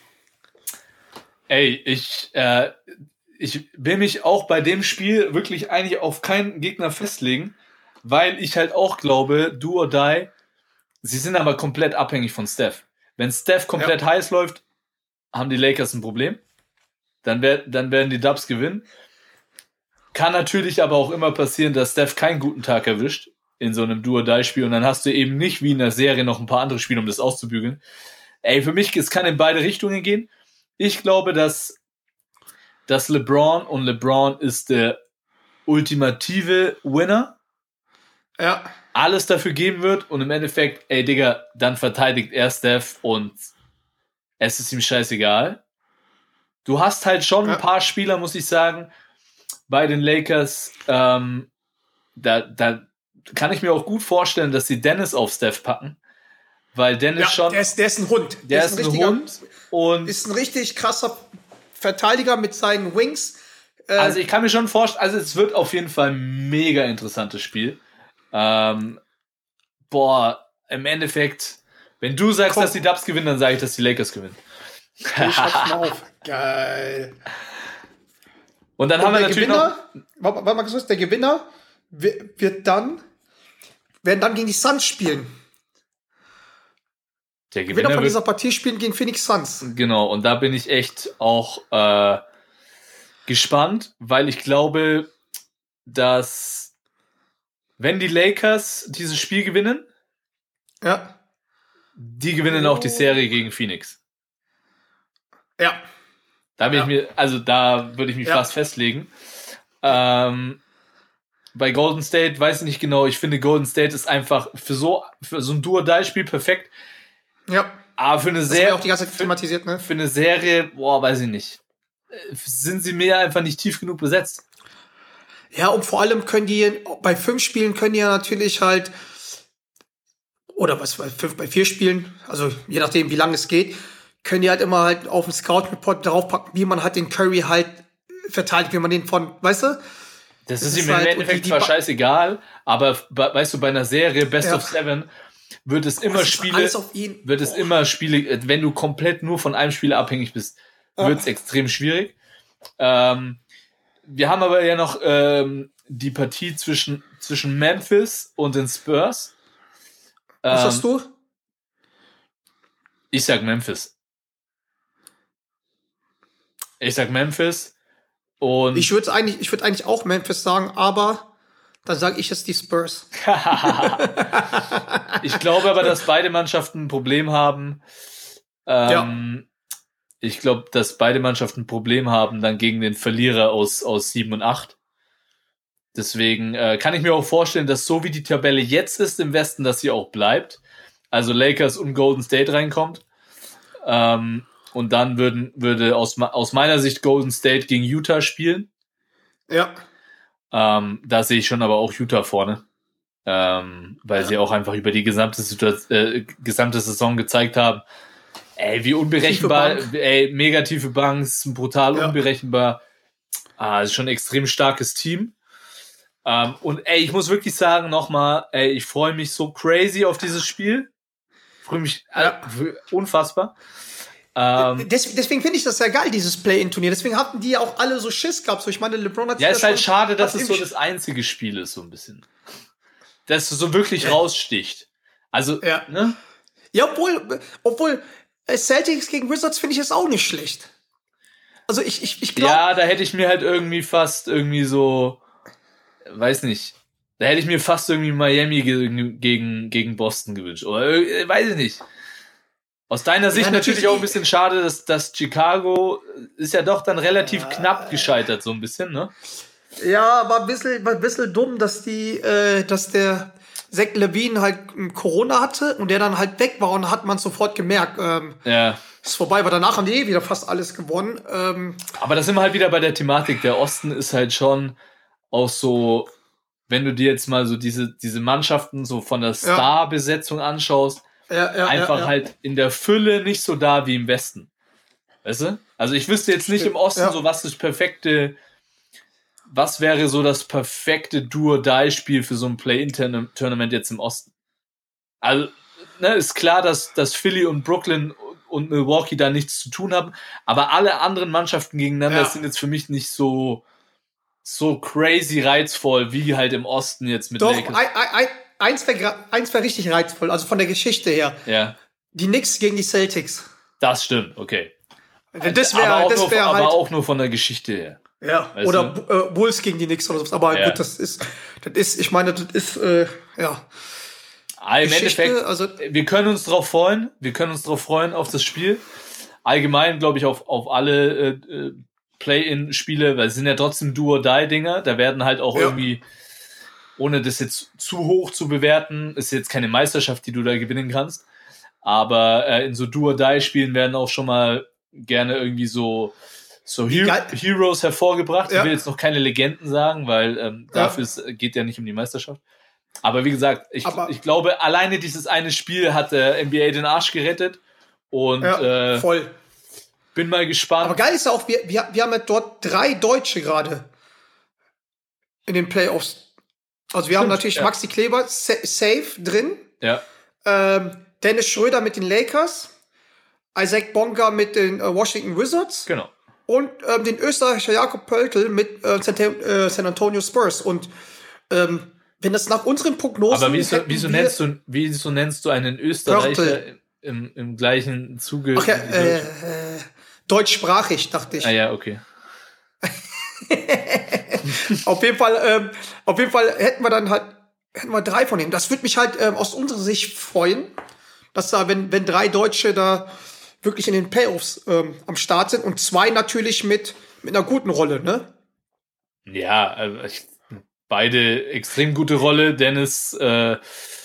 C: Ey, ich, äh, ich will mich auch bei dem Spiel wirklich eigentlich auf keinen Gegner festlegen, weil ich halt auch glaube, do or die, sie sind aber komplett abhängig von Steph. Wenn Steph komplett ja. heiß läuft, haben die Lakers ein Problem. Dann, wär, dann werden die Dubs gewinnen. Kann natürlich aber auch immer passieren, dass Steph keinen guten Tag erwischt in so einem Do-or-Die-Spiel und dann hast du eben nicht wie in der Serie noch ein paar andere Spiele, um das auszubügeln. Ey, für mich, es kann in beide Richtungen gehen. Ich glaube, dass dass LeBron und LeBron ist der ultimative Winner.
A: Ja.
C: Alles dafür geben wird und im Endeffekt, ey Digga, dann verteidigt er Steph und es ist ihm scheißegal. Du hast halt schon ja. ein paar Spieler, muss ich sagen, bei den Lakers, ähm, da, da kann ich mir auch gut vorstellen, dass sie Dennis auf Steph packen, weil Dennis ja, schon...
A: Der ist, der ist ein Hund.
C: Der, der ist ein, ein Hund und...
A: Ist ein richtig krasser Verteidiger mit seinen Wings.
C: Äh, also ich kann mir schon vorstellen, also es wird auf jeden Fall ein mega interessantes Spiel. Ähm, boah, im Endeffekt, wenn du sagst, Komm. dass die Dubs gewinnen, dann sage ich, dass die Lakers gewinnen.
A: Ich schreib's mal auf. Geil.
C: Und dann Und haben wir natürlich
A: Gewinner,
C: noch...
A: Warte mal, der Gewinner wird dann, werden dann gegen die Suns spielen.
C: Der Gewinner
A: von
C: wird,
A: dieser Partie spielen gegen Phoenix Suns.
C: Genau, und da bin ich echt auch äh, gespannt, weil ich glaube, dass wenn die Lakers dieses Spiel gewinnen,
A: ja,
C: die gewinnen oh. auch die Serie gegen Phoenix.
A: Ja.
C: Da bin
A: ja.
C: ich mir, also da würde ich mich ja. fast festlegen. Ähm, bei Golden State weiß ich nicht genau. Ich finde, Golden State ist einfach für so, für so ein Duo-Die-Spiel perfekt.
A: Ja.
C: Aber für eine
A: das
C: Serie.
A: auch die ganze Zeit thematisiert, ne?
C: Für eine Serie, boah, weiß ich nicht. Sind sie mir einfach nicht tief genug besetzt.
A: Ja, und vor allem können die, bei fünf Spielen können die ja natürlich halt, oder was, bei fünf, bei vier Spielen, also je nachdem, wie lange es geht, können die halt immer halt auf den Scout-Report draufpacken, wie man halt den Curry halt verteidigt, wie man den von, weißt du?
C: Das, das ist ihm halt, im Endeffekt zwar scheißegal, aber weißt du, bei einer Serie Best ja. of Seven wird es immer Spiele, wird es immer Spiele, wenn du komplett nur von einem Spieler abhängig bist, ja. wird es extrem schwierig. Ähm, wir haben aber ja noch ähm, die Partie zwischen, zwischen Memphis und den Spurs. Ähm,
A: Was hast du?
C: Ich sag Memphis. Ich sag Memphis. Und
A: ich würde eigentlich, ich würde eigentlich auch Memphis sagen, aber dann sage ich jetzt die Spurs.
C: Ich glaube aber, dass beide Mannschaften ein Problem haben. Ähm, ja. Ich glaube, dass beide Mannschaften ein Problem haben dann gegen den Verlierer aus, aus sieben und acht. Deswegen äh, kann ich mir auch vorstellen, dass so wie die Tabelle jetzt ist im Westen, dass sie auch bleibt. Also Lakers und Golden State reinkommt. Ähm, und dann würden, würde aus, aus meiner Sicht Golden State gegen Utah spielen.
A: Ja.
C: Ähm, da sehe ich schon aber auch Utah vorne. Ähm, weil ja. sie auch einfach über die gesamte Situation, äh, gesamte Saison gezeigt haben, ey, wie unberechenbar, ey, mega tiefe Banks, brutal ja. unberechenbar. Ah, ist schon ein extrem starkes Team. Ähm, und ey, ich muss wirklich sagen, nochmal, ey, ich freue mich so crazy auf dieses Spiel. Ich freue mich ja. äh, unfassbar.
A: Ähm, Des, deswegen finde ich das sehr geil, dieses Play-In-Turnier. Deswegen hatten die ja auch alle so Schiss gehabt. So, ich meine, LeBron hat
C: ja, ist halt schade, dass es so das einzige Spiel ist, so ein bisschen. Dass es so wirklich ja. raussticht. Also,
A: ja.
C: ne?
A: Ja, obwohl, obwohl Celtics gegen Wizards finde ich es auch nicht schlecht. Also, ich, ich, ich glaube.
C: Ja, da hätte ich mir halt irgendwie fast irgendwie so, weiß nicht, da hätte ich mir fast irgendwie Miami gegen, gegen, gegen Boston gewünscht. Oder, weiß ich nicht. Aus deiner Sicht ja, natürlich, natürlich auch ein bisschen schade, dass, dass Chicago ist ja doch dann relativ ja. knapp gescheitert, so ein bisschen, ne?
A: Ja, war ein bisschen, war ein bisschen dumm, dass die, äh, dass der Zach LaVine halt Corona hatte und der dann halt weg war und hat man sofort gemerkt, ähm,
C: ja.
A: ist vorbei, weil danach haben die eh wieder fast alles gewonnen. Ähm,
C: Aber da sind wir halt wieder bei der Thematik. Der Osten ist halt schon auch so, wenn du dir jetzt mal so diese, diese Mannschaften so von der Star-Besetzung anschaust,
A: Ja, ja,
C: einfach
A: ja, ja.
C: halt in der Fülle nicht so da wie im Westen. Weißt du? Also ich wüsste jetzt nicht im Osten ja. so, was das perfekte, was wäre so das perfekte Do-or-Die-Spiel für so ein Play-In-Tournament jetzt im Osten? Also, ne, ist klar, dass, dass Philly und Brooklyn und Milwaukee da nichts zu tun haben, aber alle anderen Mannschaften gegeneinander ja. sind jetzt für mich nicht so, so crazy reizvoll, wie halt im Osten jetzt mit
A: Doch,
C: Lakers.
A: I, I, I, Eins wäre eins wär richtig reizvoll, also von der Geschichte her.
C: Ja.
A: Die Knicks gegen die Celtics.
C: Das stimmt, okay.
A: Das wäre
C: aber, auch
A: das
C: nur,
A: wär
C: aber
A: halt,
C: auch nur von der Geschichte her.
A: Ja, weißt oder äh, Bulls gegen die Knicks oder so. Aber ja. gut, das ist, das ist, ich meine, das ist, äh, ja.
C: Ah, Im Endeffekt, also, wir können uns drauf freuen. Wir können uns drauf freuen auf das Spiel. Allgemein, glaube ich, auf, auf alle äh, Play-In-Spiele, weil es sind ja trotzdem Do-or-Die-Dinger. Da werden halt auch ja. irgendwie, ohne das jetzt zu hoch zu bewerten, ist jetzt keine Meisterschaft, die du da gewinnen kannst. Aber äh, in so Do-or-Die-Spielen werden auch schon mal gerne irgendwie so, so Her- Heroes hervorgebracht. Ja. Ich will jetzt noch keine Legenden sagen, weil ähm, dafür ja. ist, geht ja nicht um die Meisterschaft. Aber wie gesagt, ich, ich glaube, alleine dieses eine Spiel hat der N B A den Arsch gerettet. Und
A: ja,
C: äh,
A: voll.
C: Bin mal gespannt.
A: Aber geil ist auch, wir, wir, wir haben ja dort drei Deutsche gerade in den Playoffs. Also wir Stimmt, haben natürlich ja. Maxi Kleber sa- safe drin.
C: Ja.
A: Ähm, Dennis Schröder mit den Lakers. Isaac Bonga mit den äh, Washington Wizards.
C: Genau.
A: Und ähm, den Österreicher Jakob Pöltl mit äh, San, äh, San Antonio Spurs. Und ähm, wenn das nach unseren Prognosen...
C: Aber wieso, wieso, nennst, du, wieso nennst du einen Österreicher im, im gleichen Zuge?
A: Ach ja, äh, äh, deutschsprachig, dachte ich.
C: Ah ja, okay.
A: auf jeden Fall, ähm, auf jeden Fall hätten wir dann halt, hätten wir drei von denen. Das würde mich halt ähm, aus unserer Sicht freuen, dass da, wenn, wenn drei Deutsche da wirklich in den Playoffs ähm, am Start sind und zwei natürlich mit, mit einer guten Rolle, ne?
C: Ja, also ich, beide extrem gute Rolle. Dennis äh,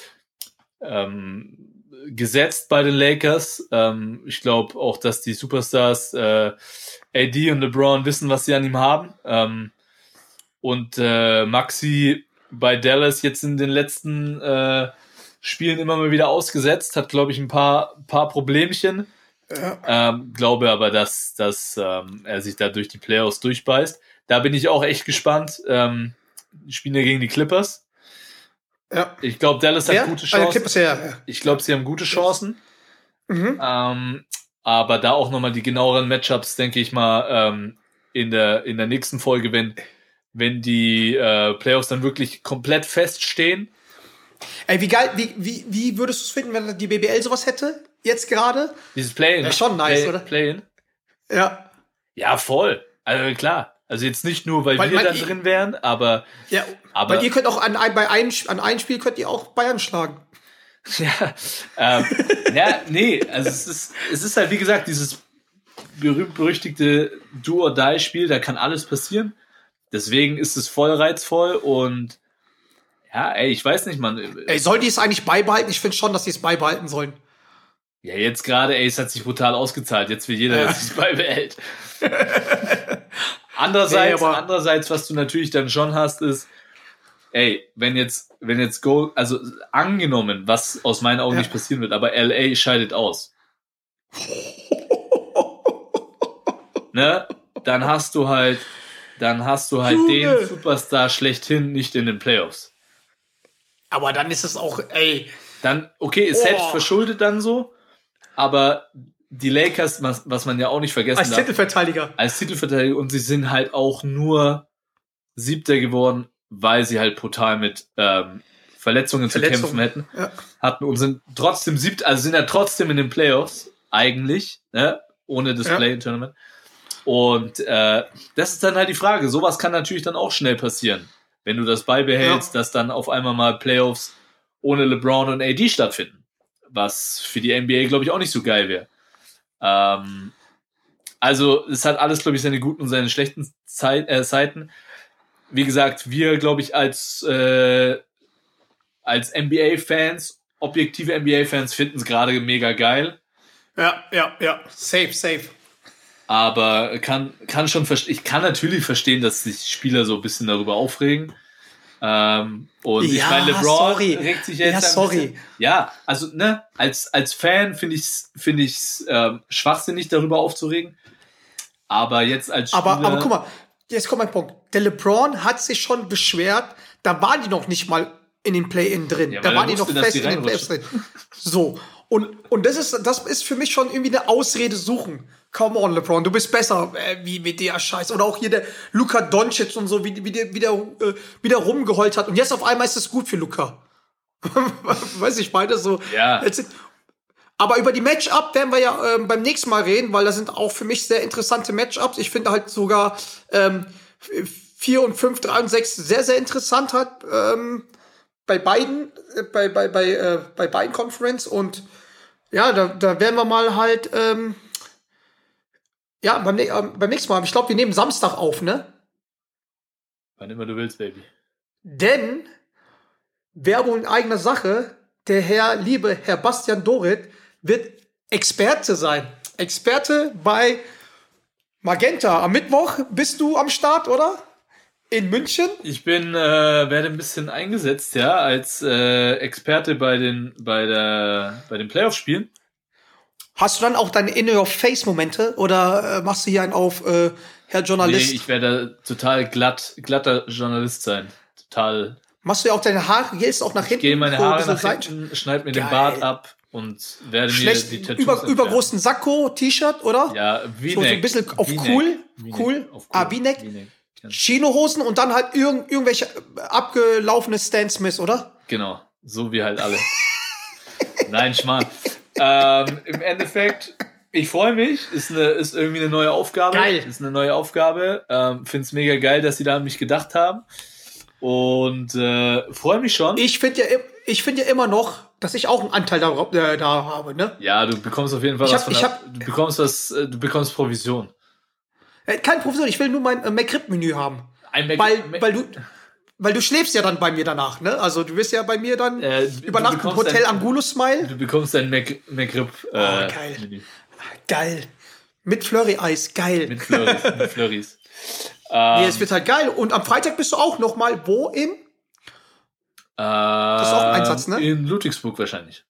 C: ähm, gesetzt bei den Lakers. Ähm, ich glaube auch, dass die Superstars äh, A D und LeBron wissen, was sie an ihm haben. Ähm, und äh, Maxi bei Dallas jetzt in den letzten äh, Spielen immer mal wieder ausgesetzt, hat, glaube ich, ein paar, paar Problemchen.
A: Ja.
C: Ähm, glaube aber, dass, dass ähm, er sich da durch die Playoffs durchbeißt. Da bin ich auch echt gespannt. Ähm, die spielen ja gegen die Clippers.
A: Ja.
C: Ich glaube, Dallas hat
A: ja?
C: gute Chancen.
A: Also, Clippers, ja, ja.
C: Ich glaube, sie haben gute Chancen.
A: Mhm.
C: Ähm, aber da auch nochmal die genaueren Matchups, denke ich mal, ähm, in der in der nächsten Folge, wenn wenn die äh, Playoffs dann wirklich komplett feststehen.
A: Ey, wie geil, wie, wie, wie würdest du es finden, wenn die B B L sowas hätte? Jetzt gerade?
C: Dieses Play-In.
A: Ja, schon nice,
C: Play,
A: oder?
C: Play-In.
A: Ja.
C: Ja, voll. Also klar. Also jetzt nicht nur, weil,
A: Weil
C: wir
A: man-
C: dann drin wären, aber
A: Ja,
C: Aber-
A: weil ihr könnt auch an, ein, bei einem, an einem Spiel könnt ihr auch Bayern schlagen.
C: ja, ähm, ja, nee, also es ist, es ist halt, wie gesagt, dieses berühmt-berüchtigte Do-or-Die-Spiel, da kann alles passieren. Deswegen ist es voll reizvoll und ja, ey, ich weiß nicht, man.
A: Ey, soll die es eigentlich beibehalten? Ich finde schon, dass die es beibehalten sollen.
C: Ja, jetzt gerade, ey, es hat sich brutal ausgezahlt. Jetzt will jeder,
A: Ja.
C: dass es beibehält. Andererseits,
A: Nee, aber-
C: andererseits, was du natürlich dann schon hast, ist, ey, wenn jetzt, wenn jetzt Go, also angenommen, was aus meinen Augen
A: Ja.
C: nicht passieren wird, aber L A scheidet aus. Ne? Dann hast du halt, dann hast du halt
A: Junge.
C: den Superstar schlechthin nicht in den Playoffs.
A: Aber dann ist es auch, ey,
C: Dann, okay, ist
A: Oh.
C: selbst verschuldet dann so, aber die Lakers, was, was man ja auch nicht vergessen
A: als
C: darf,
A: Titelverteidiger.
C: als Titelverteidiger, und sie sind halt auch nur Siebter geworden, weil sie halt brutal mit ähm, Verletzungen,
A: Verletzungen.
C: zu kämpfen hätten,
A: Ja.
C: hatten und sind trotzdem Siebter, also sind ja trotzdem in den Playoffs, eigentlich, ne, ohne das
A: Ja.
C: Play-in-Tournament. Und äh, das ist dann halt die Frage, sowas kann natürlich dann auch schnell passieren, wenn du das beibehältst,
A: Ja.
C: dass dann auf einmal mal Playoffs ohne LeBron und A D stattfinden, was für die N B A, glaube ich, auch nicht so geil wäre. Ähm, also es hat alles, glaube ich, seine guten und seine schlechten Zeit, äh, Seiten. Wie gesagt, wir, glaube ich, als äh, als N B A-Fans, objektive N B A-Fans, finden es gerade mega geil.
A: Ja, ja, ja. Safe, safe.
C: Aber kann, kann schon verste- ich kann natürlich verstehen, dass sich Spieler so ein bisschen darüber aufregen. Ähm, und ich
A: Ja,
C: meine, LeBron
A: sorry.
C: regt sich jetzt
A: Ja,
C: ein
A: sorry.
C: bisschen. Ja, also ne, als als Fan finde ich's finde ich's ähm, schwachsinnig, darüber aufzuregen. Aber jetzt als Spieler,
A: Aber, aber guck mal, jetzt kommt mein Punkt. Der LeBron hat sich schon beschwert, da waren die noch nicht mal in den Play-In drin.
C: Ja,
A: da
C: weil
A: waren
C: er
A: die noch
C: wusste, dass
A: fest
C: die
A: in den Playoffs
C: reinrutschen.
A: drin. So. Und, und das ist, das ist für mich schon irgendwie eine Ausrede suchen. Come on, LeBron, du bist besser, äh, wie mit der Scheiß. Oder auch hier der Luka Doncic und so, wie, wie der wieder, äh, wieder rumgeheult hat. Und jetzt auf einmal ist es gut für Luka. Weiß ich, beide so.
C: Ja.
A: Jetzt sind, aber über die Matchup werden wir ja ähm, beim nächsten Mal reden, weil das sind auch für mich sehr interessante Matchups. Ich finde halt sogar ähm, vier und fünf, drei und sechs sehr, sehr interessant hat ähm, bei beiden, äh, bei, bei, bei, äh, bei beiden Conference. Und ja, da, da werden wir mal halt ähm, ja, beim, nä- ähm, beim nächsten Mal. Ich glaube, wir nehmen Samstag auf, ne?
C: wann immer du willst, Baby.
A: Denn Werbung in eigener Sache, der Herr, liebe Herr Bastian Dorit, wird Experte sein. Experte bei Magenta. Am Mittwoch bist du am Start, oder? In München?
C: Ich bin, äh, werde ein bisschen eingesetzt, ja, als äh, Experte bei den, bei der, bei den Playoff-Spielen.
A: Hast du dann auch deine In-Your-Face-Momente oder äh, machst du hier einen auf äh, Herr Journalist?
C: Nee, ich werde total glatt, glatter Journalist sein. Total.
A: Machst du ja auch deine Haare, gehst auch nach hinten?
C: Gehe meine
A: so ein
C: Haare
A: bisschen
C: nach
A: Seiten-
C: hinten, schneid mir den
A: Geil.
C: Bart ab und werde
A: Schlecht,
C: mir die Tattoos
A: über,
C: entfernen.
A: übergroßen Sakko, T-Shirt, oder?
C: Ja,
A: So, so ein
C: V-Neck.
A: bisschen auf
C: V-Neck.
A: cool.
C: V-Neck.
A: Cool.
C: Auf
A: Ah, V-Neck.
C: V-Neck.
A: Chinohosen und dann halt irg- irgendwelche abgelaufene Stan Smith, oder?
C: Genau, so wie halt alle. Nein, Schmarrn. ähm, Im Endeffekt, ich freue mich, ist, eine, ist irgendwie eine neue Aufgabe.
A: Geil.
C: Ist eine neue Aufgabe. Ähm, Finde es mega geil, dass sie da an mich gedacht haben. Und äh, freue mich schon.
A: Ich finde ja, ich find ja immer noch, dass ich auch einen Anteil da, äh, da habe, ne?
C: Ja, du bekommst auf jeden Fall
A: ich
C: was
A: hab,
C: von
A: ich
C: der,
A: hab,
C: du bekommst was, äh, du bekommst Provision.
A: Äh, kein Provision, ich will nur mein äh, McRib-Menü haben.
C: Ein Mac-
A: weil,
C: Mac-
A: weil du weil du schläfst ja dann bei mir danach, ne? Also du wirst ja bei mir dann
C: Äh,
A: übernachten im Hotel
C: dein-
A: Angulo Smile.
C: Du bekommst dein Mac, McRib äh,
A: Oh, geil.
C: Menü.
A: Geil. Mit Flurry-Eis, geil.
C: Mit Flurries. mit Flurries.
A: Nee,
C: Ähm,
A: es wird halt geil. Und am Freitag bist du auch noch mal wo in?
C: das
A: ist auch ein Einsatz, ne?
C: In Ludwigsburg wahrscheinlich.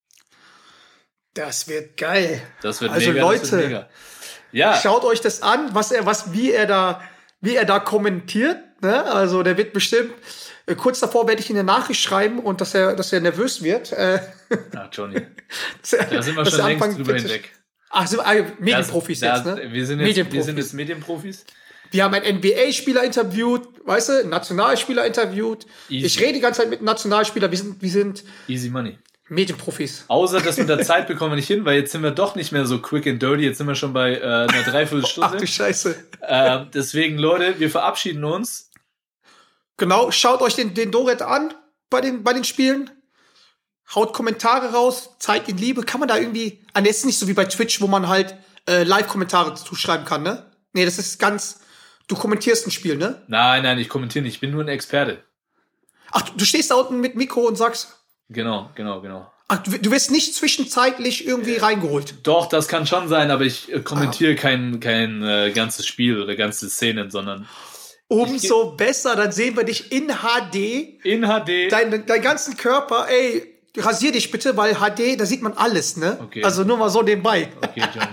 A: Das wird geil.
C: Das wird
A: Also
C: mega.
A: Leute,
C: das wird mega. Ja,
A: Schaut euch das an, was er, was, wie er da, wie er da kommentiert. Ne? Also der wird bestimmt. Äh, kurz davor werde ich ihm eine Nachricht schreiben und dass er, dass er nervös wird. Äh,
C: Ach, Johnny.
A: dass er,
C: Da sind wir
A: dass
C: schon
A: er
C: längst
A: anfangen,
C: drüber
A: bitte-
C: hinweg.
A: Ach, sind wir, ah, Medienprofis
C: Das-
A: jetzt,
C: das-
A: ne?
C: Wir sind jetzt, wir
A: Medienprofis.
C: sind jetzt Medienprofis.
A: Wir haben einen N B A-Spieler interviewt, weißt du, einen Nationalspieler interviewt.
C: Easy.
A: Ich rede die ganze Zeit mit einem Nationalspieler. Wir sind, wir sind
C: Easy Money.
A: Medienprofis.
C: Außer, dass mit der Zeit bekommen wir nicht hin, weil jetzt sind wir doch nicht mehr so quick and dirty. Jetzt sind wir schon bei äh, einer
A: Ach du
C: Dreiviertelstunde.
A: Scheiße.
C: ähm, deswegen, Leute, wir verabschieden uns.
A: Genau, schaut euch den, den Doret an bei den, bei den Spielen. Haut Kommentare raus, zeigt ihn Liebe. Kann man da irgendwie, ah, nee, ist nicht so wie bei Twitch, wo man halt äh, Live-Kommentare zuschreiben kann, ne? Nee, das ist ganz, du kommentierst ein Spiel, ne?
C: Nein, nein, ich kommentiere nicht. Ich bin nur ein Experte.
A: Ach, du, du stehst da unten mit Mikro und sagst,
C: Genau, genau, genau.
A: ach, du, du wirst nicht zwischenzeitlich irgendwie reingeholt.
C: Doch, das kann schon sein, aber ich äh, kommentiere kein, kein äh, ganzes Spiel oder ganze Szenen, sondern
A: Umso besser, dann sehen wir dich in H D.
C: in H D.
A: Dein, dein ganzen Körper, ey, rasier dich bitte, weil H D, da sieht man alles, ne?
C: Okay.
A: Also nur mal so nebenbei.
C: Okay, Johnny.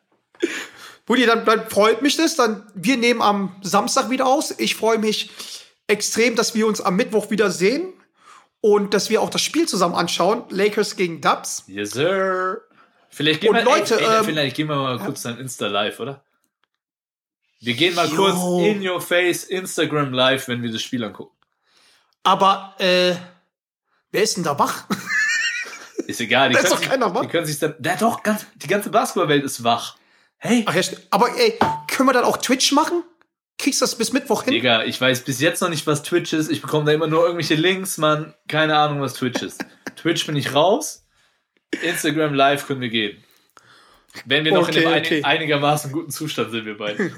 A: Buddy, dann, dann freut mich das. Dann, wir nehmen am Samstag wieder aus. Ich freue mich extrem, dass wir uns am Mittwoch wieder sehen und dass wir auch das Spiel zusammen anschauen. Lakers gegen Dubs.
C: Yes, sir. Vielleicht gehen
A: Und
C: wir,
A: Leute,
C: ey, ey,
A: ähm,
C: vielleicht gehen wir mal kurz dein Insta live, oder? Wir gehen mal
A: Jo.
C: kurz in your face Instagram live, wenn wir das Spiel angucken.
A: Aber, äh, wer ist denn da wach?
C: Ist egal. Die
A: Da ist
C: können
A: doch
C: sich,
A: keiner wach.
C: Die können sich dann, ja doch, ganz, die ganze Basketballwelt ist wach. Hey,
A: Ach ja, stimmt. Aber ey, können wir dann auch Twitch machen? Kriegst du das bis Mittwoch hin?
C: Digga, ich weiß bis jetzt noch nicht, was Twitch ist. Ich bekomme da immer nur irgendwelche Links, Mann. Keine Ahnung, was Twitch ist. Twitch bin ich raus. Instagram live können wir gehen. Wenn wir noch
A: Okay,
C: in einem
A: okay.
C: einig, einigermaßen guten Zustand sind, wir beide.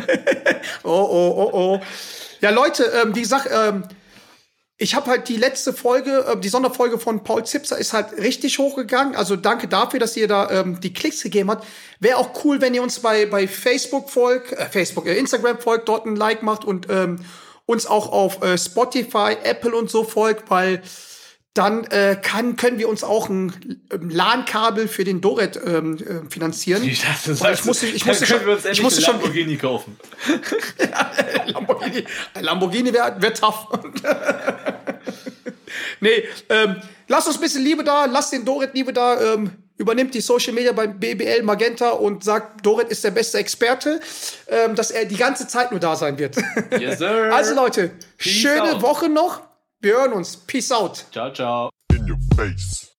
A: Oh, oh, oh, oh. Ja, Leute, ähm, wie gesagt, ähm, ich habe halt die letzte Folge, äh, die Sonderfolge von Paul Zipser ist halt richtig hochgegangen. Also danke dafür, dass ihr da ähm, die Klicks gegeben habt. Wäre auch cool, wenn ihr uns bei, bei Facebook folgt, äh, Facebook, äh, Instagram folgt, dort ein Like macht und ähm, uns auch auf äh, Spotify, Apple und so folgt, weil dann äh, kann, können wir uns auch ein ähm, LAN-Kabel für den Doret ähm, äh, finanzieren.
C: Ich dachte, du
A: Weil
C: sagst,
A: ich musste, ich
C: dann
A: musste
C: können
A: schon,
C: wir uns
A: ich
C: endlich
A: musste
C: einen
A: schon,
C: Lamborghini kaufen.
A: Lamborghini, ein Lamborghini wäre wär tough. Nee, ähm, lasst uns ein bisschen Liebe da, lasst den Doret Liebe da, ähm, übernimmt die Social Media beim B B L Magenta und sagt, Doret ist der beste Experte, ähm, dass er die ganze Zeit nur da sein wird.
C: Yes, sir.
A: Also Leute,
C: Peace
A: schöne
C: out.
A: Woche noch. Wir hören uns. Peace out.
C: Ciao, ciao.
B: In your face.